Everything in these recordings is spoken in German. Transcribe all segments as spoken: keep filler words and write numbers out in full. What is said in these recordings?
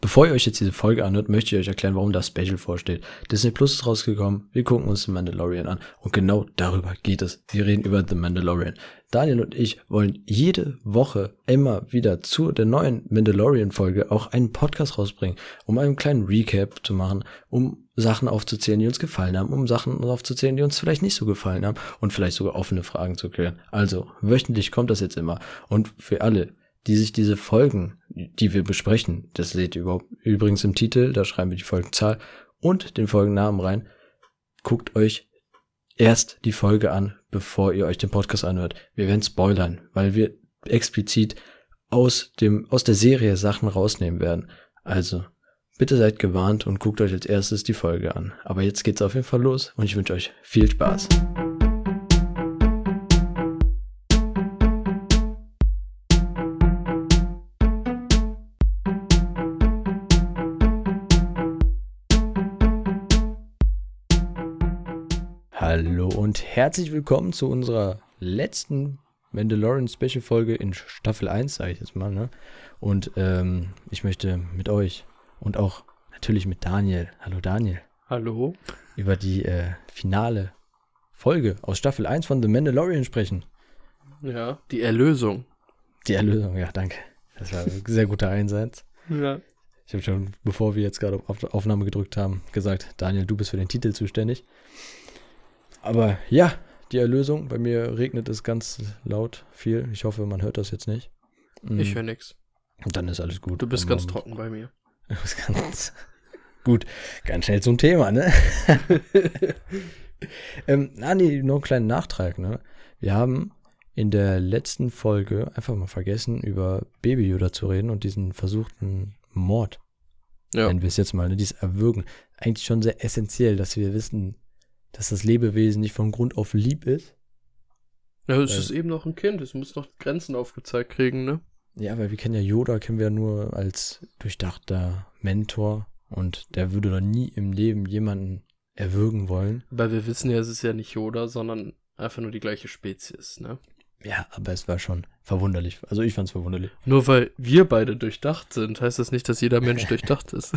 Bevor ihr euch jetzt diese Folge anhört, möchte ich euch erklären, warum das Special vorsteht. Disney Plus ist rausgekommen, wir gucken uns The Mandalorian an und genau darüber geht es. Wir reden über The Mandalorian. Daniel und ich wollen jede Woche immer wieder zu der neuen Mandalorian-Folge auch einen Podcast rausbringen, um einen kleinen Recap zu machen, um Sachen aufzuzählen, die uns gefallen haben, um Sachen aufzuzählen, die uns vielleicht nicht so gefallen haben und vielleicht sogar offene Fragen zu klären. Also, wöchentlich kommt das jetzt immer. Und für alle, die sich diese Folgen, die wir besprechen, das seht ihr überhaupt übrigens im Titel, da schreiben wir die Folgenzahl und den Folgennamen rein, guckt euch erst die Folge an, bevor ihr euch den Podcast anhört. Wir werden spoilern, weil wir explizit aus dem aus der Serie Sachen rausnehmen werden. Also, bitte seid gewarnt und guckt euch als erstes die Folge an. Aber jetzt geht's auf jeden Fall los und ich wünsche euch viel Spaß. Hallo und herzlich willkommen zu unserer letzten Mandalorian Special Folge in Staffel eins, sage ich jetzt mal, ne? Und ähm, ich möchte mit euch und auch natürlich mit Daniel, hallo Daniel. Hallo. Über die äh, finale Folge aus Staffel eins von The Mandalorian sprechen. Ja, die Erlösung. Die Erlösung, ja, danke. Das war ein sehr guter Einsatz. Ja. Ich habe schon, bevor wir jetzt gerade auf Aufnahme gedrückt haben, gesagt, Daniel, du bist für den Titel zuständig. Aber ja, die Erlösung. Bei mir regnet es ganz laut viel. Ich hoffe, man hört das jetzt nicht. Ich höre nichts. Und dann ist alles gut. Du bist ganz trocken bei mir. Du bist ganz gut. Ganz schnell zum Thema, ne? ähm, ah, nee, nur einen kleinen Nachtrag, ne? Wir haben in der letzten Folge einfach mal vergessen, über Baby Yoda zu reden und diesen versuchten Mord. Ja. Nennen wir es jetzt mal, ne? Dieses Erwürgen. Eigentlich schon sehr essentiell, dass wir wissen, dass das Lebewesen nicht von Grund auf lieb ist. Ja, es weil, ist eben noch ein Kind, es muss noch Grenzen aufgezeigt kriegen, ne? Ja, weil wir kennen ja Yoda, kennen wir ja nur als durchdachter Mentor und der würde doch nie im Leben jemanden erwürgen wollen. Weil wir wissen ja, es ist ja nicht Yoda, sondern einfach nur die gleiche Spezies, ne? Ja, aber es war schon verwunderlich. Also ich fand's verwunderlich. Nur weil wir beide durchdacht sind, heißt das nicht, dass jeder Mensch durchdacht ist.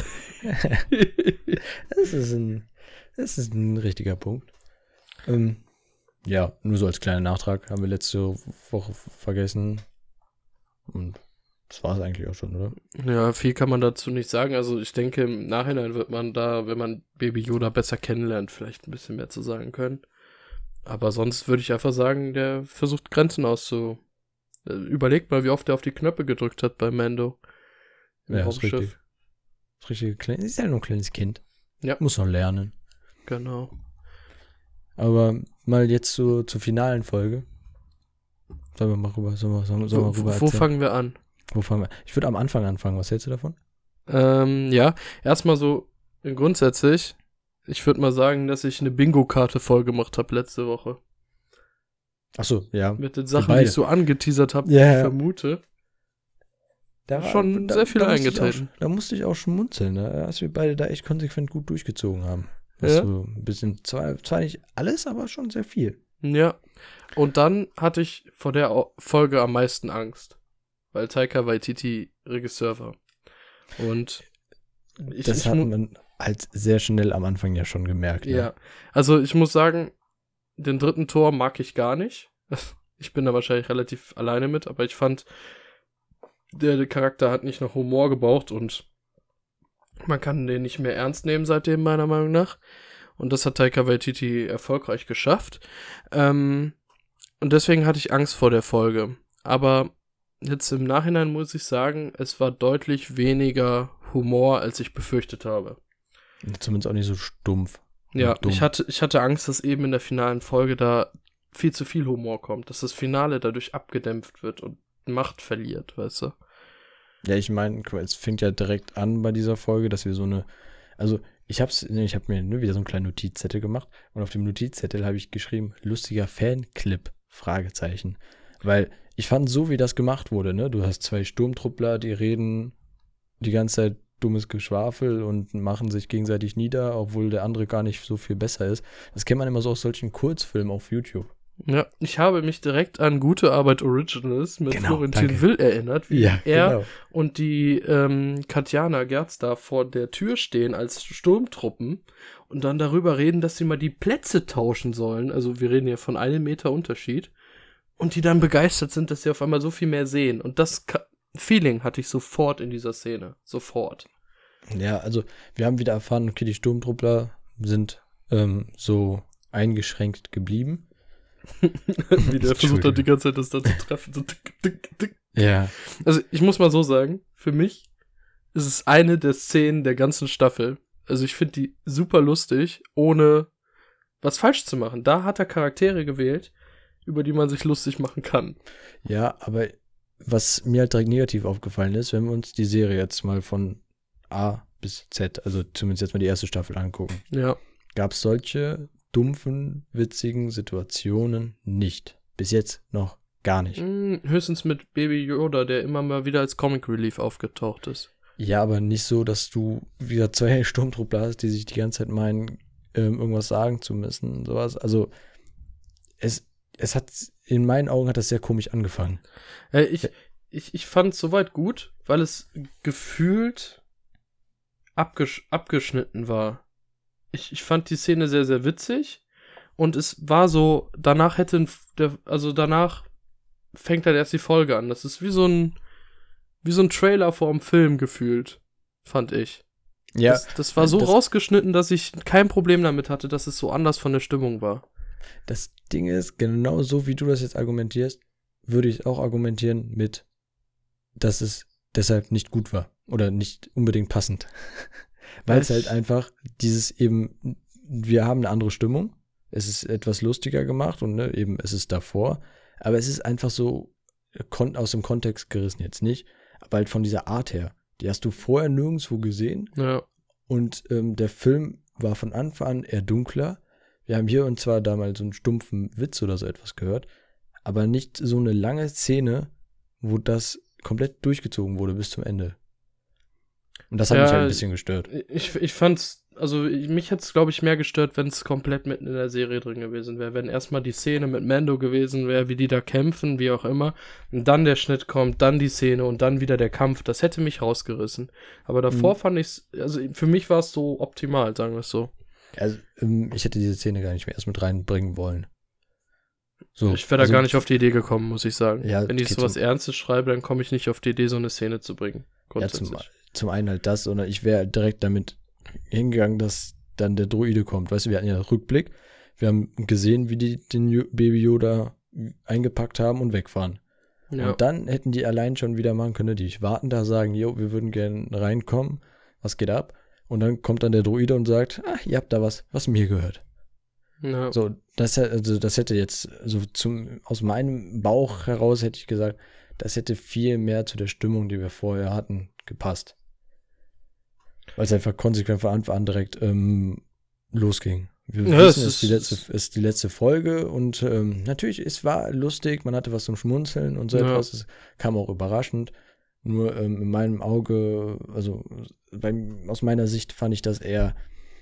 Das ist ein, das ist ein richtiger Punkt. Ähm, ja, nur so als kleiner Nachtrag. Haben wir letzte Woche vergessen. Und das war es eigentlich auch schon, oder? Ja, viel kann man dazu nicht sagen. Also ich denke, im Nachhinein wird man da, wenn man Baby Yoda besser kennenlernt, vielleicht ein bisschen mehr zu sagen können. Aber sonst würde ich einfach sagen, der versucht Grenzen auszu... Überlegt mal, wie oft er auf die Knöpfe gedrückt hat bei Mando. Im Ja, ist Raumschiff. richtig. Ist richtig klein. Ist ja nur ein kleines Kind. Ja. Muss noch lernen. Genau. Aber mal jetzt zu, zur finalen Folge. Sollen wir mal rüber, sollen wir, sollen wir, sollen wir Wo, rüber wo erzählen? fangen wir an? Wo fangen wir? Ich würde am Anfang anfangen. Was hältst du davon? Ähm, ja, erstmal so grundsätzlich, ich würde mal sagen, dass ich eine Bingo-Karte voll gemacht habe letzte Woche. Achso, ja. Mit den Sachen, beide. die ich so angeteasert habe, Ja, die ich ja. vermute. Da war Schon sehr viel musste ich eingetreten. auch- Da musste ich auch schmunzeln, ne? Dass wir beide da echt konsequent gut durchgezogen haben. Ja. So ein bisschen, zwar, zwar nicht alles, aber schon sehr viel. Ja. Und dann hatte ich vor der Au- Folge am meisten Angst. Weil Taika Waititi Regisseur war. Und ich, das ich hat mu- man halt sehr schnell am Anfang ja schon gemerkt. Ne? Ja, also ich muss sagen, den dritten Tor mag ich gar nicht. Ich bin da wahrscheinlich relativ alleine mit, aber ich fand, der, der Charakter hat nicht noch Humor gebraucht und man kann den nicht mehr ernst nehmen seitdem, meiner Meinung nach. Und das hat Taika Waititi erfolgreich geschafft. Ähm, und deswegen hatte ich Angst vor der Folge. Aber jetzt im Nachhinein muss ich sagen, es war deutlich weniger Humor, als ich befürchtet habe. Zumindest auch nicht so stumpf. und Ja, dumm. ich hatte, ich hatte Angst, dass eben in der finalen Folge da viel zu viel Humor kommt, dass das Finale dadurch abgedämpft wird und Macht verliert, weißt du? Ja, ich meine, es fängt ja direkt an bei dieser Folge, dass wir so eine, also ich hab's, ne, ich habe mir ne, wieder so einen kleinen Notizzettel gemacht und auf dem Notizzettel habe ich geschrieben, lustiger Fanclip, Fragezeichen. Weil ich fand, so wie das gemacht wurde, ne, du hast zwei Sturmtruppler, die reden die ganze Zeit dummes Geschwafel und machen sich gegenseitig nieder, obwohl der andere gar nicht so viel besser ist. Das kennt man immer so aus solchen Kurzfilmen auf YouTube. Ja, ich habe mich direkt an Gute Arbeit Originals mit Genau, Florentin danke. Will erinnert, wie Ja, er genau. und die ähm, Katjana Gerz da vor der Tür stehen als Sturmtruppen und dann darüber reden, dass sie mal die Plätze tauschen sollen. Also wir reden ja von einem Meter Unterschied. Und die dann begeistert sind, dass sie auf einmal so viel mehr sehen. Und das Ka- Feeling hatte ich sofort in dieser Szene. Sofort. Ja, also wir haben wieder erfahren, okay, die Sturmtruppler sind ähm, so eingeschränkt geblieben. Wie der versucht hat, die ganze Zeit das da zu treffen. So tick, tick, tick. Ja. Also ich muss mal so sagen, für mich ist es eine der Szenen der ganzen Staffel. Also ich finde die super lustig, ohne was falsch zu machen. Da hat er Charaktere gewählt, über die man sich lustig machen kann. Ja, aber was mir halt direkt negativ aufgefallen ist, wenn wir uns die Serie jetzt mal von A bis Z, also zumindest jetzt mal die erste Staffel angucken, Ja. gab es solche dumpfen, witzigen Situationen nicht. Bis jetzt noch gar nicht. Hm, höchstens mit Baby Yoda, der immer mal wieder als Comic Relief aufgetaucht ist. Ja, aber nicht so, dass du wieder zwei Sturmtruppler hast, die sich die ganze Zeit meinen, ähm, irgendwas sagen zu müssen, sowas. Also es, es hat, in meinen Augen hat das sehr komisch angefangen. Äh, ich, ich, ich fand es soweit gut, weil es gefühlt abgesch- abgeschnitten war. Ich, ich fand die Szene sehr, sehr witzig und es war so, danach hätte, ein, der, also danach fängt dann erst die Folge an. Das ist wie so ein, wie so ein Trailer vor dem Film gefühlt, fand ich. Ja, Das, das war so das, rausgeschnitten, dass ich kein Problem damit hatte, dass es so anders von der Stimmung war. das Ding ist, genau so wie du das jetzt argumentierst, würde ich auch argumentieren mit, dass es deshalb nicht gut war oder nicht unbedingt passend. Weil es halt einfach dieses eben, wir haben eine andere Stimmung, es ist etwas lustiger gemacht und ne, eben es ist davor, aber es ist einfach so kon- aus dem Kontext gerissen jetzt nicht, aber halt von dieser Art her, die hast du vorher nirgendwo gesehen Ja. und ähm, der Film war von Anfang an eher dunkler. Wir haben hier und zwar da mal so einen stumpfen Witz oder so etwas gehört, aber nicht so eine lange Szene, wo das komplett durchgezogen wurde bis zum Ende. Und das hat Ja, mich halt ein bisschen gestört. Ich, ich fand's, also ich, mich hätte es, glaube ich, mehr gestört, wenn es komplett mitten in der Serie drin gewesen wäre. Wenn erstmal die Szene mit Mando gewesen wäre, wie die da kämpfen, wie auch immer. Und dann der Schnitt kommt, dann die Szene und dann wieder der Kampf. Das hätte mich rausgerissen. Aber davor Mhm. fand ich's, also für mich war es so optimal, sagen wir es so. Also, ähm, ich hätte diese Szene gar nicht mehr erst mit reinbringen wollen. So, Ich wäre da also, gar nicht auf die Idee gekommen, muss ich sagen. Ja, Wenn ich okay, sowas zum- Ernstes schreibe, dann komme ich nicht auf die Idee, so eine Szene zu bringen. Ja, zum, Grundsätzlich. zum einen halt das, sondern ich wäre direkt damit hingegangen, dass dann der Droide kommt. Weißt du, wir hatten ja Rückblick. Wir haben gesehen, wie die den Yo- Baby Yoda eingepackt haben und wegfahren. Ja. Und dann hätten die allein schon wieder machen können, die warten da, sagen, jo, wir würden gerne reinkommen. Was geht ab? Und dann kommt dann der Droide und sagt, ah, ihr habt da was, was mir gehört. Ja. So, das, hä- also das hätte jetzt, also zum, aus meinem Bauch heraus hätte ich gesagt, das hätte viel mehr zu der Stimmung, die wir vorher hatten, gepasst. Weil es einfach konsequent von Anfang an direkt ähm, losging. Wir Ja, wissen, es es ist die ist- letzte, es ist die letzte Folge und ähm, natürlich, es war lustig, man hatte was zum Schmunzeln und so Ja. etwas. Es kam auch überraschend. Nur ähm, in meinem Auge, also beim, aus meiner Sicht fand ich das eher,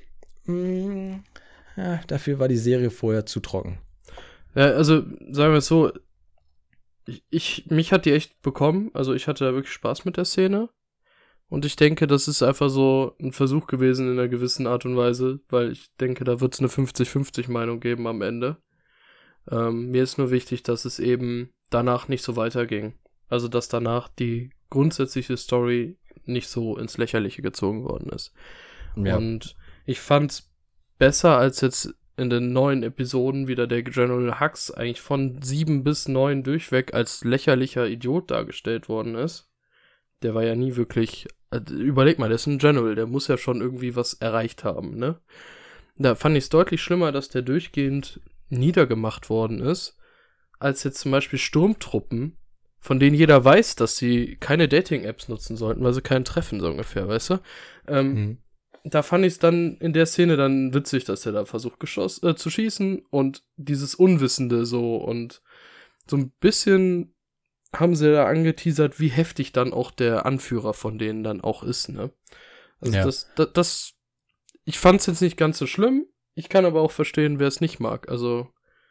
mh, ja, dafür war die Serie vorher zu trocken. Ja, also sagen wir es so, ich, ich, mich hat die echt bekommen, also ich hatte da wirklich Spaß mit der Szene und ich denke, das ist einfach so ein Versuch gewesen in einer gewissen Art und Weise, weil ich denke, da wird es eine fünfzig fünfzig Meinung geben am Ende. Ähm, mir ist nur wichtig, dass es eben danach nicht so weiterging. Also, dass danach die grundsätzliche Story nicht so ins Lächerliche gezogen worden ist. Ja. Und ich fand's besser als jetzt in den neuen Episoden wieder der General Hux eigentlich von sieben bis neun durchweg als lächerlicher Idiot dargestellt worden ist. Der war ja nie wirklich, äh, überleg mal, der ist ein General, der muss ja schon irgendwie was erreicht haben, ne? Da fand ich es deutlich schlimmer, dass der durchgehend niedergemacht worden ist, als jetzt zum Beispiel Sturmtruppen, von denen jeder weiß, dass sie keine Dating-Apps nutzen sollten, weil sie keinen treffen, so ungefähr, weißt du? Ähm, Mhm. Da fand ich es dann in der Szene dann witzig, dass er da versucht geschoss, äh, zu schießen und dieses Unwissende so und so ein bisschen haben sie da angeteasert, wie heftig dann auch der Anführer von denen dann auch ist, ne? Also Ja. das, das, das, ich fand's jetzt nicht ganz so schlimm, ich kann aber auch verstehen, wer es nicht mag, also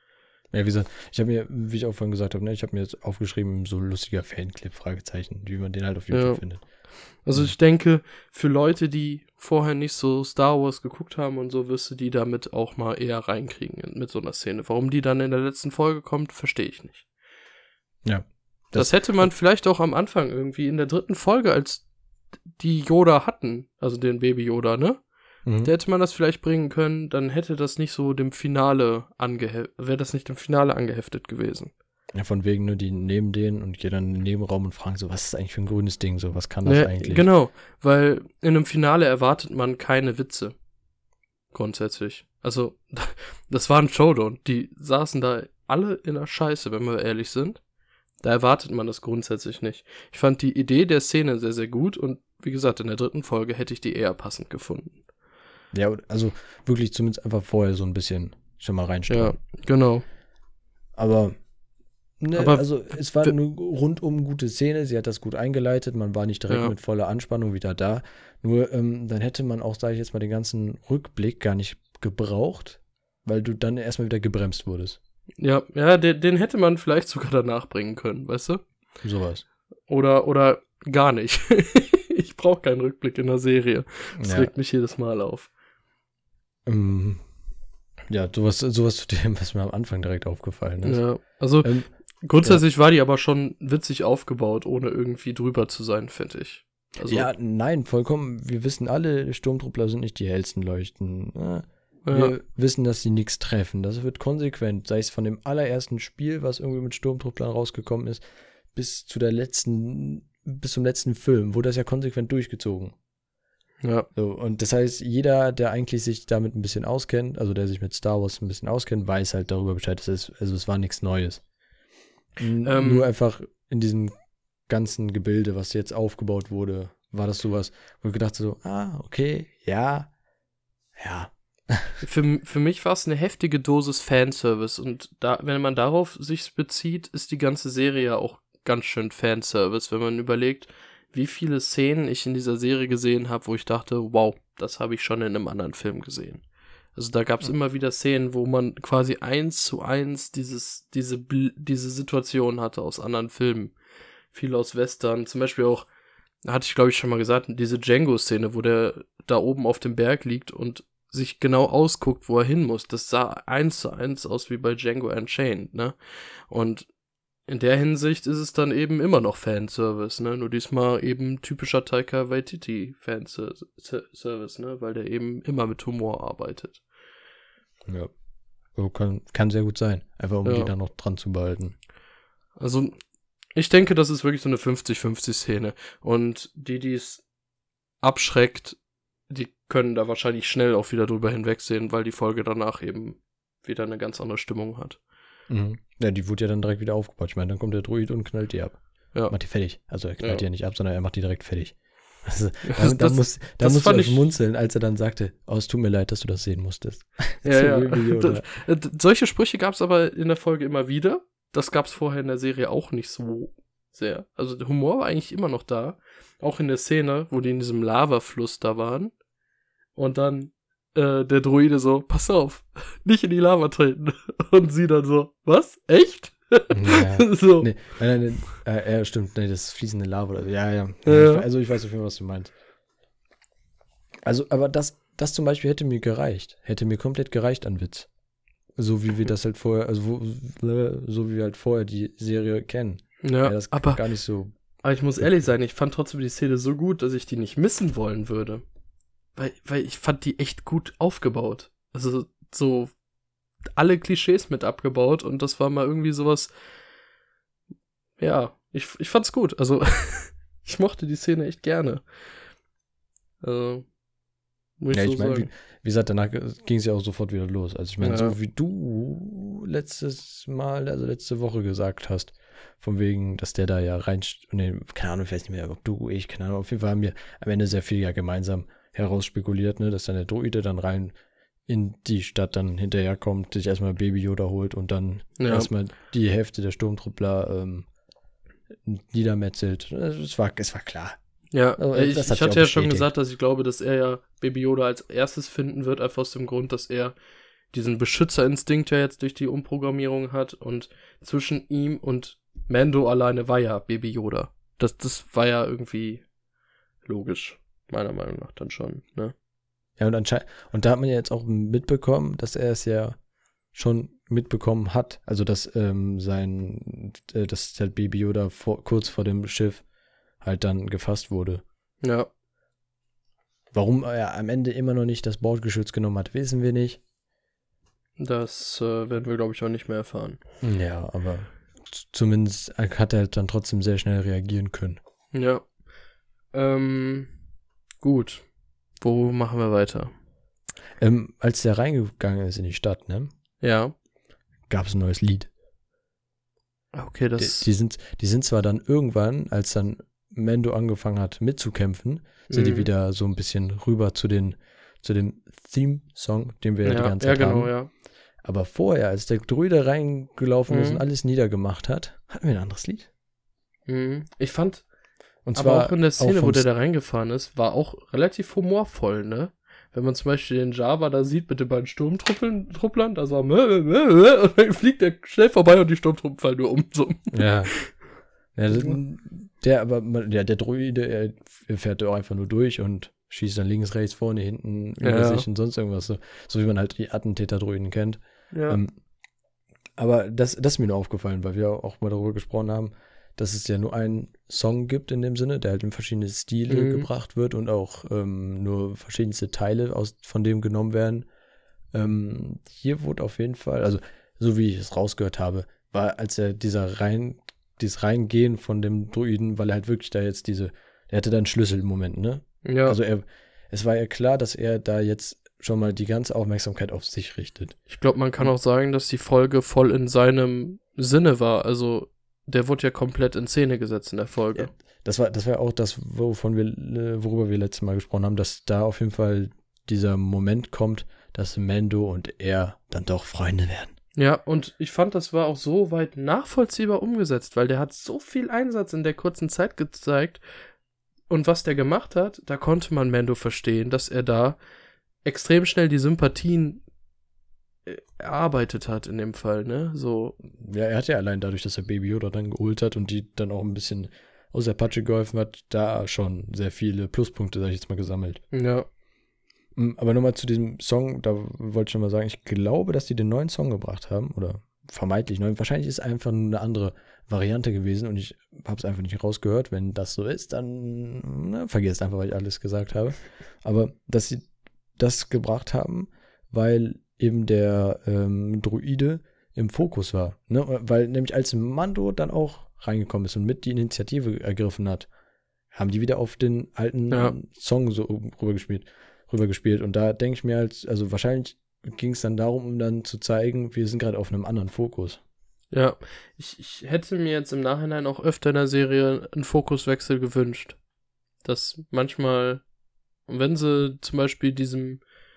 Ja, wie gesagt, ich habe mir, wie ich auch vorhin gesagt habe, ne, ich habe mir jetzt aufgeschrieben, so lustiger Fanclip, Fragezeichen, wie man den halt auf YouTube Ja. findet. Also ich denke, für Leute, die vorher nicht so Star Wars geguckt haben und so, wirst du die damit auch mal eher reinkriegen mit so einer Szene. Warum die dann in der letzten Folge kommt, verstehe ich nicht. Ja. Das, Das, hätte man vielleicht auch am Anfang irgendwie in der dritten Folge, als die Yoda hatten, also den Baby Yoda, ne? mhm. Da hätte man das vielleicht bringen können, dann hätte das nicht so dem Finale angeheftet, wäre das nicht dem Finale angeheftet gewesen. Ja, von wegen nur die neben denen und gehen dann in den Nebenraum und fragen so, was ist eigentlich für ein grünes Ding, so, was kann das Ja, eigentlich? genau, weil in einem Finale erwartet man keine Witze. Grundsätzlich. Also, das war ein Showdown. Die saßen da alle in der Scheiße, wenn wir ehrlich sind. Da erwartet man das grundsätzlich nicht. Ich fand die Idee der Szene sehr, sehr gut und wie gesagt, in der dritten Folge hätte ich die eher passend gefunden. Ja, also wirklich zumindest einfach vorher so ein bisschen schon mal reinstellen. Ja, genau. Aber, ne, Aber also es war eine rundum gute Szene, sie hat das gut eingeleitet, man war nicht direkt Ja. mit voller Anspannung wieder da. Nur ähm, dann hätte man auch, sage ich jetzt mal, den ganzen Rückblick gar nicht gebraucht, weil du dann erstmal wieder gebremst wurdest. Ja, ja, den, den hätte man vielleicht sogar danach bringen können, weißt du? Sowas. Oder, oder gar nicht. Ich brauche keinen Rückblick in der Serie. Das Ja. regt mich jedes Mal auf. Ähm, ja, sowas, sowas zu dem, was mir am Anfang direkt aufgefallen ist. Ja, also Ähm, grundsätzlich war die aber schon witzig aufgebaut, ohne irgendwie drüber zu sein, finde ich. Also, ja, nein, vollkommen. Wir wissen alle, Sturmtruppler sind nicht die hellsten Leuchten. Ja, ja, wir wissen, dass sie nichts treffen. Das wird konsequent, sei es von dem allerersten Spiel, was irgendwie mit Sturmtrupplern rausgekommen ist, bis zu der letzten, bis zum letzten Film, wurde das ja konsequent durchgezogen. ja, So, und das heißt, jeder, der eigentlich sich damit ein bisschen auskennt, also der sich mit Star Wars ein bisschen auskennt, weiß halt darüber Bescheid. Das ist, also es war nichts Neues. N- Ähm, Nur einfach in diesem ganzen Gebilde, was jetzt aufgebaut wurde, war das sowas, wo ich gedacht so, ah, okay, ja, ja. Für, für mich war es eine heftige Dosis Fanservice und da, wenn man darauf sich bezieht, ist die ganze Serie ja auch ganz schön Fanservice, wenn man überlegt, wie viele Szenen ich in dieser Serie gesehen habe, wo ich dachte, wow, das habe ich schon in einem anderen Film gesehen. Also da gab es immer wieder Szenen, wo man quasi eins zu eins dieses, diese, Bl- diese Situation hatte aus anderen Filmen. Viel aus Western, zum Beispiel auch, hatte ich glaube ich schon mal gesagt, diese Django-Szene, wo der da oben auf dem Berg liegt und sich genau ausguckt, wo er hin muss. Das sah eins zu eins aus wie bei Django Unchained, ne? Und in der Hinsicht ist es dann eben immer noch Fanservice, ne? Nur diesmal eben typischer Taika Waititi Fanservice, ne? Weil der eben immer mit Humor arbeitet. Ja. So kann, kann sehr gut sein. Einfach um Ja. die dann noch dran zu behalten. Also, ich denke, das ist wirklich so eine fünfzig fünfzig Szene. Und die, die es abschreckt, die können da wahrscheinlich schnell auch wieder drüber hinwegsehen, weil die Folge danach eben wieder eine ganz andere Stimmung hat. Mhm. Ja, die wurde ja dann direkt wieder aufgebaut. Ich meine, dann kommt der Druid und knallt die ab. Ja. Macht die fertig. Also er knallt Ja. die ja nicht ab, sondern er macht die direkt fertig. Also, da, Das- da das- muss, da das muss fand ich ich- schmunzeln, als er dann sagte, oh, es tut mir leid, dass du das sehen musstest. Ja, So ja. wie Yoda. D- d- Solche Sprüche gab es aber in der Folge immer wieder. Das gab es vorher in der Serie auch nicht so sehr. Also der Humor war eigentlich immer noch da. Auch in der Szene, wo die in diesem Lavafluss da waren. Und dann äh, der Droide so, pass auf, nicht in die Lava treten. Und sie dann so, was? Echt? Ja. So. Nee, nein, nein, nein, äh, ja, stimmt, nee, das ist fließende Lava. Oder so. Ja, ja. Ja. Ich, also ich weiß auf jeden Fall, was du meinst. Also, aber das, das zum Beispiel hätte mir gereicht. Hätte mir komplett gereicht an Witz. So wie wir das halt vorher, also wo, so wie wir halt vorher die Serie kennen. Ja, Ja, das aber, gar nicht so. aber ich muss ehrlich sein, ich fand trotzdem die Szene so gut, dass ich die nicht missen wollen würde. Weil, weil ich fand die echt gut aufgebaut. Also so alle Klischees mit abgebaut und das war mal irgendwie sowas, ja, ich, ich fand's gut. Also ich mochte die Szene echt gerne. Also, muss ich Ja, so ich meine, wie, sagen. wie gesagt, danach ging es ja auch sofort wieder los. Also ich meine, Ja. so wie du letztes Mal, also letzte Woche gesagt hast, von wegen, dass der da ja rein, nee, keine Ahnung, ich weiß nicht mehr, ob du, ich, keine Ahnung, auf jeden Fall haben wir am Ende sehr viel ja gemeinsam herausspekuliert, ne, dass dann der Druide dann rein in die Stadt dann hinterherkommt, sich erstmal Baby Yoda holt und dann Ja. erstmal die Hälfte der Sturmtruppler ähm, niedermetzelt. Es war, es war klar. Ja, Also, ich, das ich hat sich hatte auch ja schon bestätigt. gesagt, dass ich glaube, dass er ja Baby Yoda als erstes finden wird, einfach aus dem Grund, dass er diesen Beschützerinstinkt ja jetzt durch die Umprogrammierung hat und zwischen ihm und Mando alleine war ja Baby Yoda. Das, das war ja irgendwie logisch, meiner Meinung nach dann schon, ne? Ja, und anscheinend, und da hat man ja jetzt auch mitbekommen, dass er es ja schon mitbekommen hat, also dass ähm, sein, äh, dass halt Baby Yoda vor, kurz vor dem Schiff halt dann gefasst wurde. Ja. Warum er am Ende immer noch nicht das Bordgeschütz genommen hat, wissen wir nicht. Das äh, werden wir, glaube ich, auch nicht mehr erfahren. Ja, aber z- zumindest hat er halt dann trotzdem sehr schnell reagieren können. Ja. Ähm, gut. Wo machen wir weiter? Ähm, als der reingegangen ist in die Stadt, ne, Ja. gab es ein neues Lied. Okay, Die, das... die, sind, die sind zwar dann irgendwann, als dann Mando angefangen hat mitzukämpfen, sind die Mhm. wieder so ein bisschen rüber zu den zu dem Theme-Song, den wir ja, die ja, ganze ja, Zeit genau, haben. ja. Aber vorher, als der Druide reingelaufen ist Mhm. und alles niedergemacht hat, hatten wir ein anderes Lied. Mhm. Ich fand, Und aber zwar auch in der Szene, vom wo der da reingefahren ist, war auch relativ humorvoll, ne? Wenn man zum Beispiel den Java da sieht mit den beiden Sturmtrupplern, Trupplern, da so und dann fliegt der schnell vorbei und die Sturmtruppen fallen nur um. So. Ja. ja das, der, aber, ja, der Druide, er, er fährt auch einfach nur durch und schießt dann links, rechts, vorne, hinten, über Ja. sich und sonst irgendwas. So, so wie man halt die Attentäter-Druiden kennt. Ja. Ähm, aber das, das ist mir nur aufgefallen, weil wir auch mal darüber gesprochen haben, dass es ja nur einen Song gibt in dem Sinne, der halt in verschiedene Stile Mhm. gebracht wird und auch ähm, nur verschiedenste Teile aus, von dem genommen werden. Ähm, hier wurde auf jeden Fall, also so wie ich es rausgehört habe, war als er dieser rein, dieses Reingehen von dem Druiden, weil er halt wirklich da jetzt diese, er hatte da einen Schlüssel im Moment, ne? ja. Also er, es war ja klar, dass er da jetzt schon mal die ganze Aufmerksamkeit auf sich richtet. Ich glaube, man kann auch sagen, dass die Folge voll in seinem Sinne war. Also, der wurde ja komplett in Szene gesetzt in der Folge. Ja. Das war, das war auch das, wovon wir, äh, worüber wir letztes Mal gesprochen haben, dass da auf jeden Fall dieser Moment kommt, dass Mando und er dann doch Freunde werden. Ja, und ich fand, das war auch so weit nachvollziehbar umgesetzt, weil der hat so viel Einsatz in der kurzen Zeit gezeigt. Und was der gemacht hat, da konnte man Mando verstehen, dass er da extrem schnell die Sympathien äh, erarbeitet hat in dem Fall, ne? So. Ja, er hat ja allein dadurch, dass er Baby Yoda dann geholt hat und die dann auch ein bisschen aus der Patsche geholfen hat, da schon sehr viele Pluspunkte, sag ich jetzt mal, gesammelt. Ja. Mm, Aber nochmal zu diesem Song, da wollte ich schon mal sagen, ich glaube, dass die den neuen Song gebracht haben, oder vermeintlich neu. Wahrscheinlich ist einfach nur eine andere Variante gewesen und ich habe es einfach nicht rausgehört. Wenn das so ist, dann na, vergesst einfach, was ich alles gesagt habe. Aber dass sie das gebracht haben, weil eben der ähm, Druide im Fokus war. Ne? Weil nämlich als Mando dann auch reingekommen ist und mit die Initiative ergriffen hat, haben die wieder auf den alten Ja. Song so rübergespielt, rübergespielt. Und da denke ich mir halt, also wahrscheinlich ging es dann darum, um dann zu zeigen, wir sind gerade auf einem anderen Fokus. Ja. Ich, ich hätte mir jetzt im Nachhinein auch öfter in der Serie einen Fokuswechsel gewünscht. Dass manchmal, wenn sie zum Beispiel diesem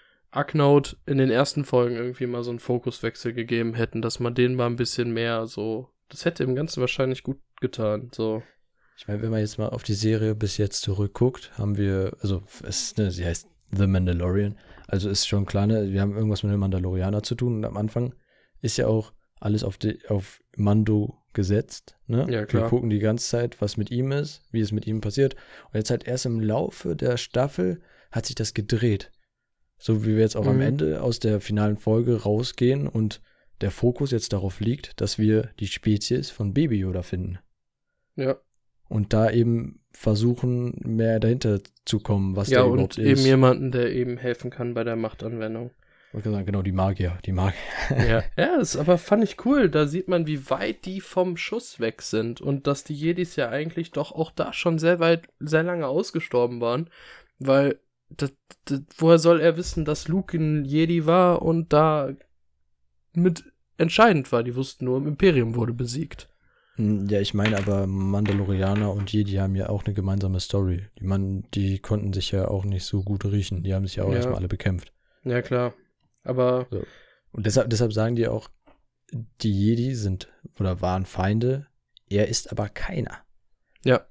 Arknaut in den ersten Folgen irgendwie mal so einen Fokuswechsel gegeben hätten, dass man den mal ein bisschen mehr so, das hätte im Ganzen wahrscheinlich gut getan, so. Ich meine, wenn man jetzt mal auf die Serie bis jetzt zurückguckt, haben wir, also es, ne, sie heißt The Mandalorian, also ist schon klar, ne, wir haben irgendwas mit dem Mandalorianer zu tun und am Anfang ist ja auch alles auf, die, auf Mando gesetzt, ne? Ja, klar. Wir gucken die ganze Zeit, was mit ihm ist, wie es mit ihm passiert und jetzt halt erst im Laufe der Staffel hat sich das gedreht. So wie wir jetzt auch Mhm. am Ende aus der finalen Folge rausgehen und der Fokus jetzt darauf liegt, dass wir die Spezies von Baby Yoda finden. Ja. Und da eben versuchen, mehr dahinter zu kommen, was Ja, der und überhaupt eben ist. jemanden, der eben helfen kann bei der Machtanwendung. Ich wollte sagen, genau, die Magier, die Magier. Ja, ja, das aber fand ich cool. Da sieht man, wie weit die vom Schuss weg sind und dass die Jedis ja eigentlich doch auch da schon sehr weit, sehr lange ausgestorben waren, weil das, das, woher soll er wissen, dass Luke ein Jedi war und da mit entscheidend war? Die wussten nur, im Imperium wurde besiegt. Ja, ich meine aber, Mandalorianer und Jedi haben ja auch eine gemeinsame Story. Die, Mann, die konnten sich ja auch nicht so gut riechen. Die haben sich ja auch Ja. erstmal alle bekämpft. Ja, klar. Aber So. Und deshalb, deshalb sagen die auch, die Jedi sind oder waren Feinde, er ist aber keiner. ja,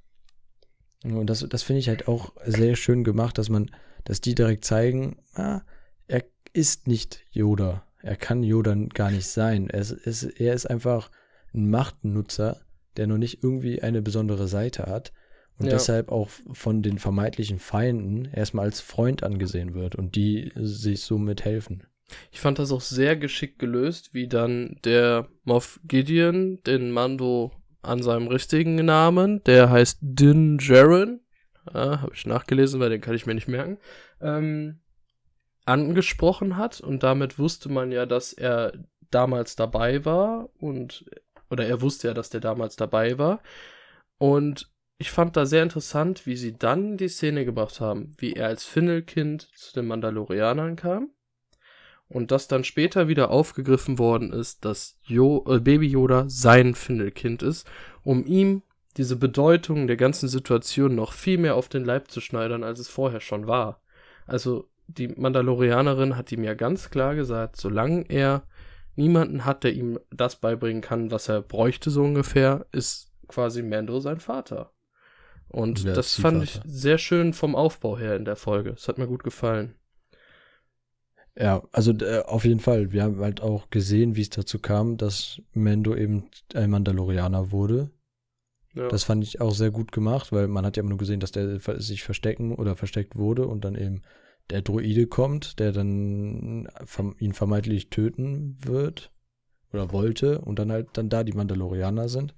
Und das, das finde ich halt auch sehr schön gemacht, dass man, dass die direkt zeigen, ah, er ist nicht Yoda. Er kann Yoda gar nicht sein. Er ist, ist, er ist einfach ein Machtnutzer, der noch nicht irgendwie eine besondere Seite hat und Ja. deshalb auch von den vermeintlichen Feinden erstmal als Freund angesehen wird und die sich somit helfen. Ich fand das auch sehr geschickt gelöst, wie dann der Moff Gideon den Mando an seinem richtigen Namen, der heißt Din Djarin, ja, habe ich nachgelesen, weil den kann ich mir nicht merken, ähm, angesprochen hat und damit wusste man ja, dass er damals dabei war und oder er wusste ja, dass der damals dabei war und ich fand da sehr interessant, wie sie dann die Szene gebracht haben, wie er als Findelkind zu den Mandalorianern kam und das dann später wieder aufgegriffen worden ist, dass jo- äh, Baby Yoda sein Findelkind ist, um ihm diese Bedeutung der ganzen Situation noch viel mehr auf den Leib zu schneidern, als es vorher schon war. Also die Mandalorianerin hat ihm ja ganz klar gesagt, solange er niemanden hat, der ihm das beibringen kann, was er bräuchte so ungefähr, ist quasi Mando sein Vater. Und Der das fand ich Ziehvater. sehr schön vom Aufbau her in der Folge. Es hat mir gut gefallen. Ja, also äh, auf jeden Fall. Wir haben halt auch gesehen, wie es dazu kam, dass Mando eben ein Mandalorianer wurde. Ja. Das fand ich auch sehr gut gemacht, weil man hat ja immer nur gesehen, dass der ver- sich verstecken oder versteckt wurde und dann eben der Droide kommt, der dann verm- ihn vermeintlich töten wird oder wollte und dann halt dann da die Mandalorianer sind.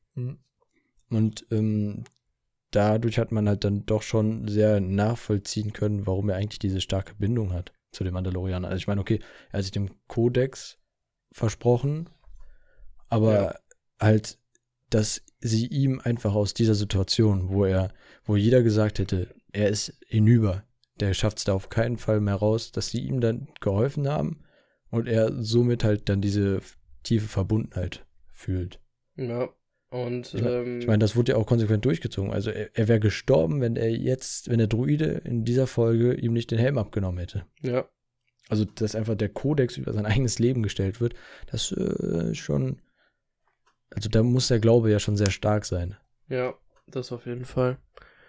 Und ähm, dadurch hat man halt dann doch schon sehr nachvollziehen können, warum er eigentlich diese starke Bindung hat zu den Mandalorianern. Also ich meine, okay, er hat sich dem Kodex versprochen, aber Ja. halt, dass sie ihm einfach aus dieser Situation, wo er, wo jeder gesagt hätte, er ist hinüber, der schafft es da auf keinen Fall mehr raus, dass sie ihm dann geholfen haben und er somit halt dann diese tiefe Verbundenheit fühlt. Ja. Und Ich meine, ähm, ich mein, das wurde ja auch konsequent durchgezogen. Also er, er wäre gestorben, wenn er jetzt, wenn der Druide in dieser Folge ihm nicht den Helm abgenommen hätte. ja. Also, dass einfach der Kodex über sein eigenes Leben gestellt wird, das äh, schon, also da muss der Glaube ja schon sehr stark sein. Ja, das auf jeden Fall.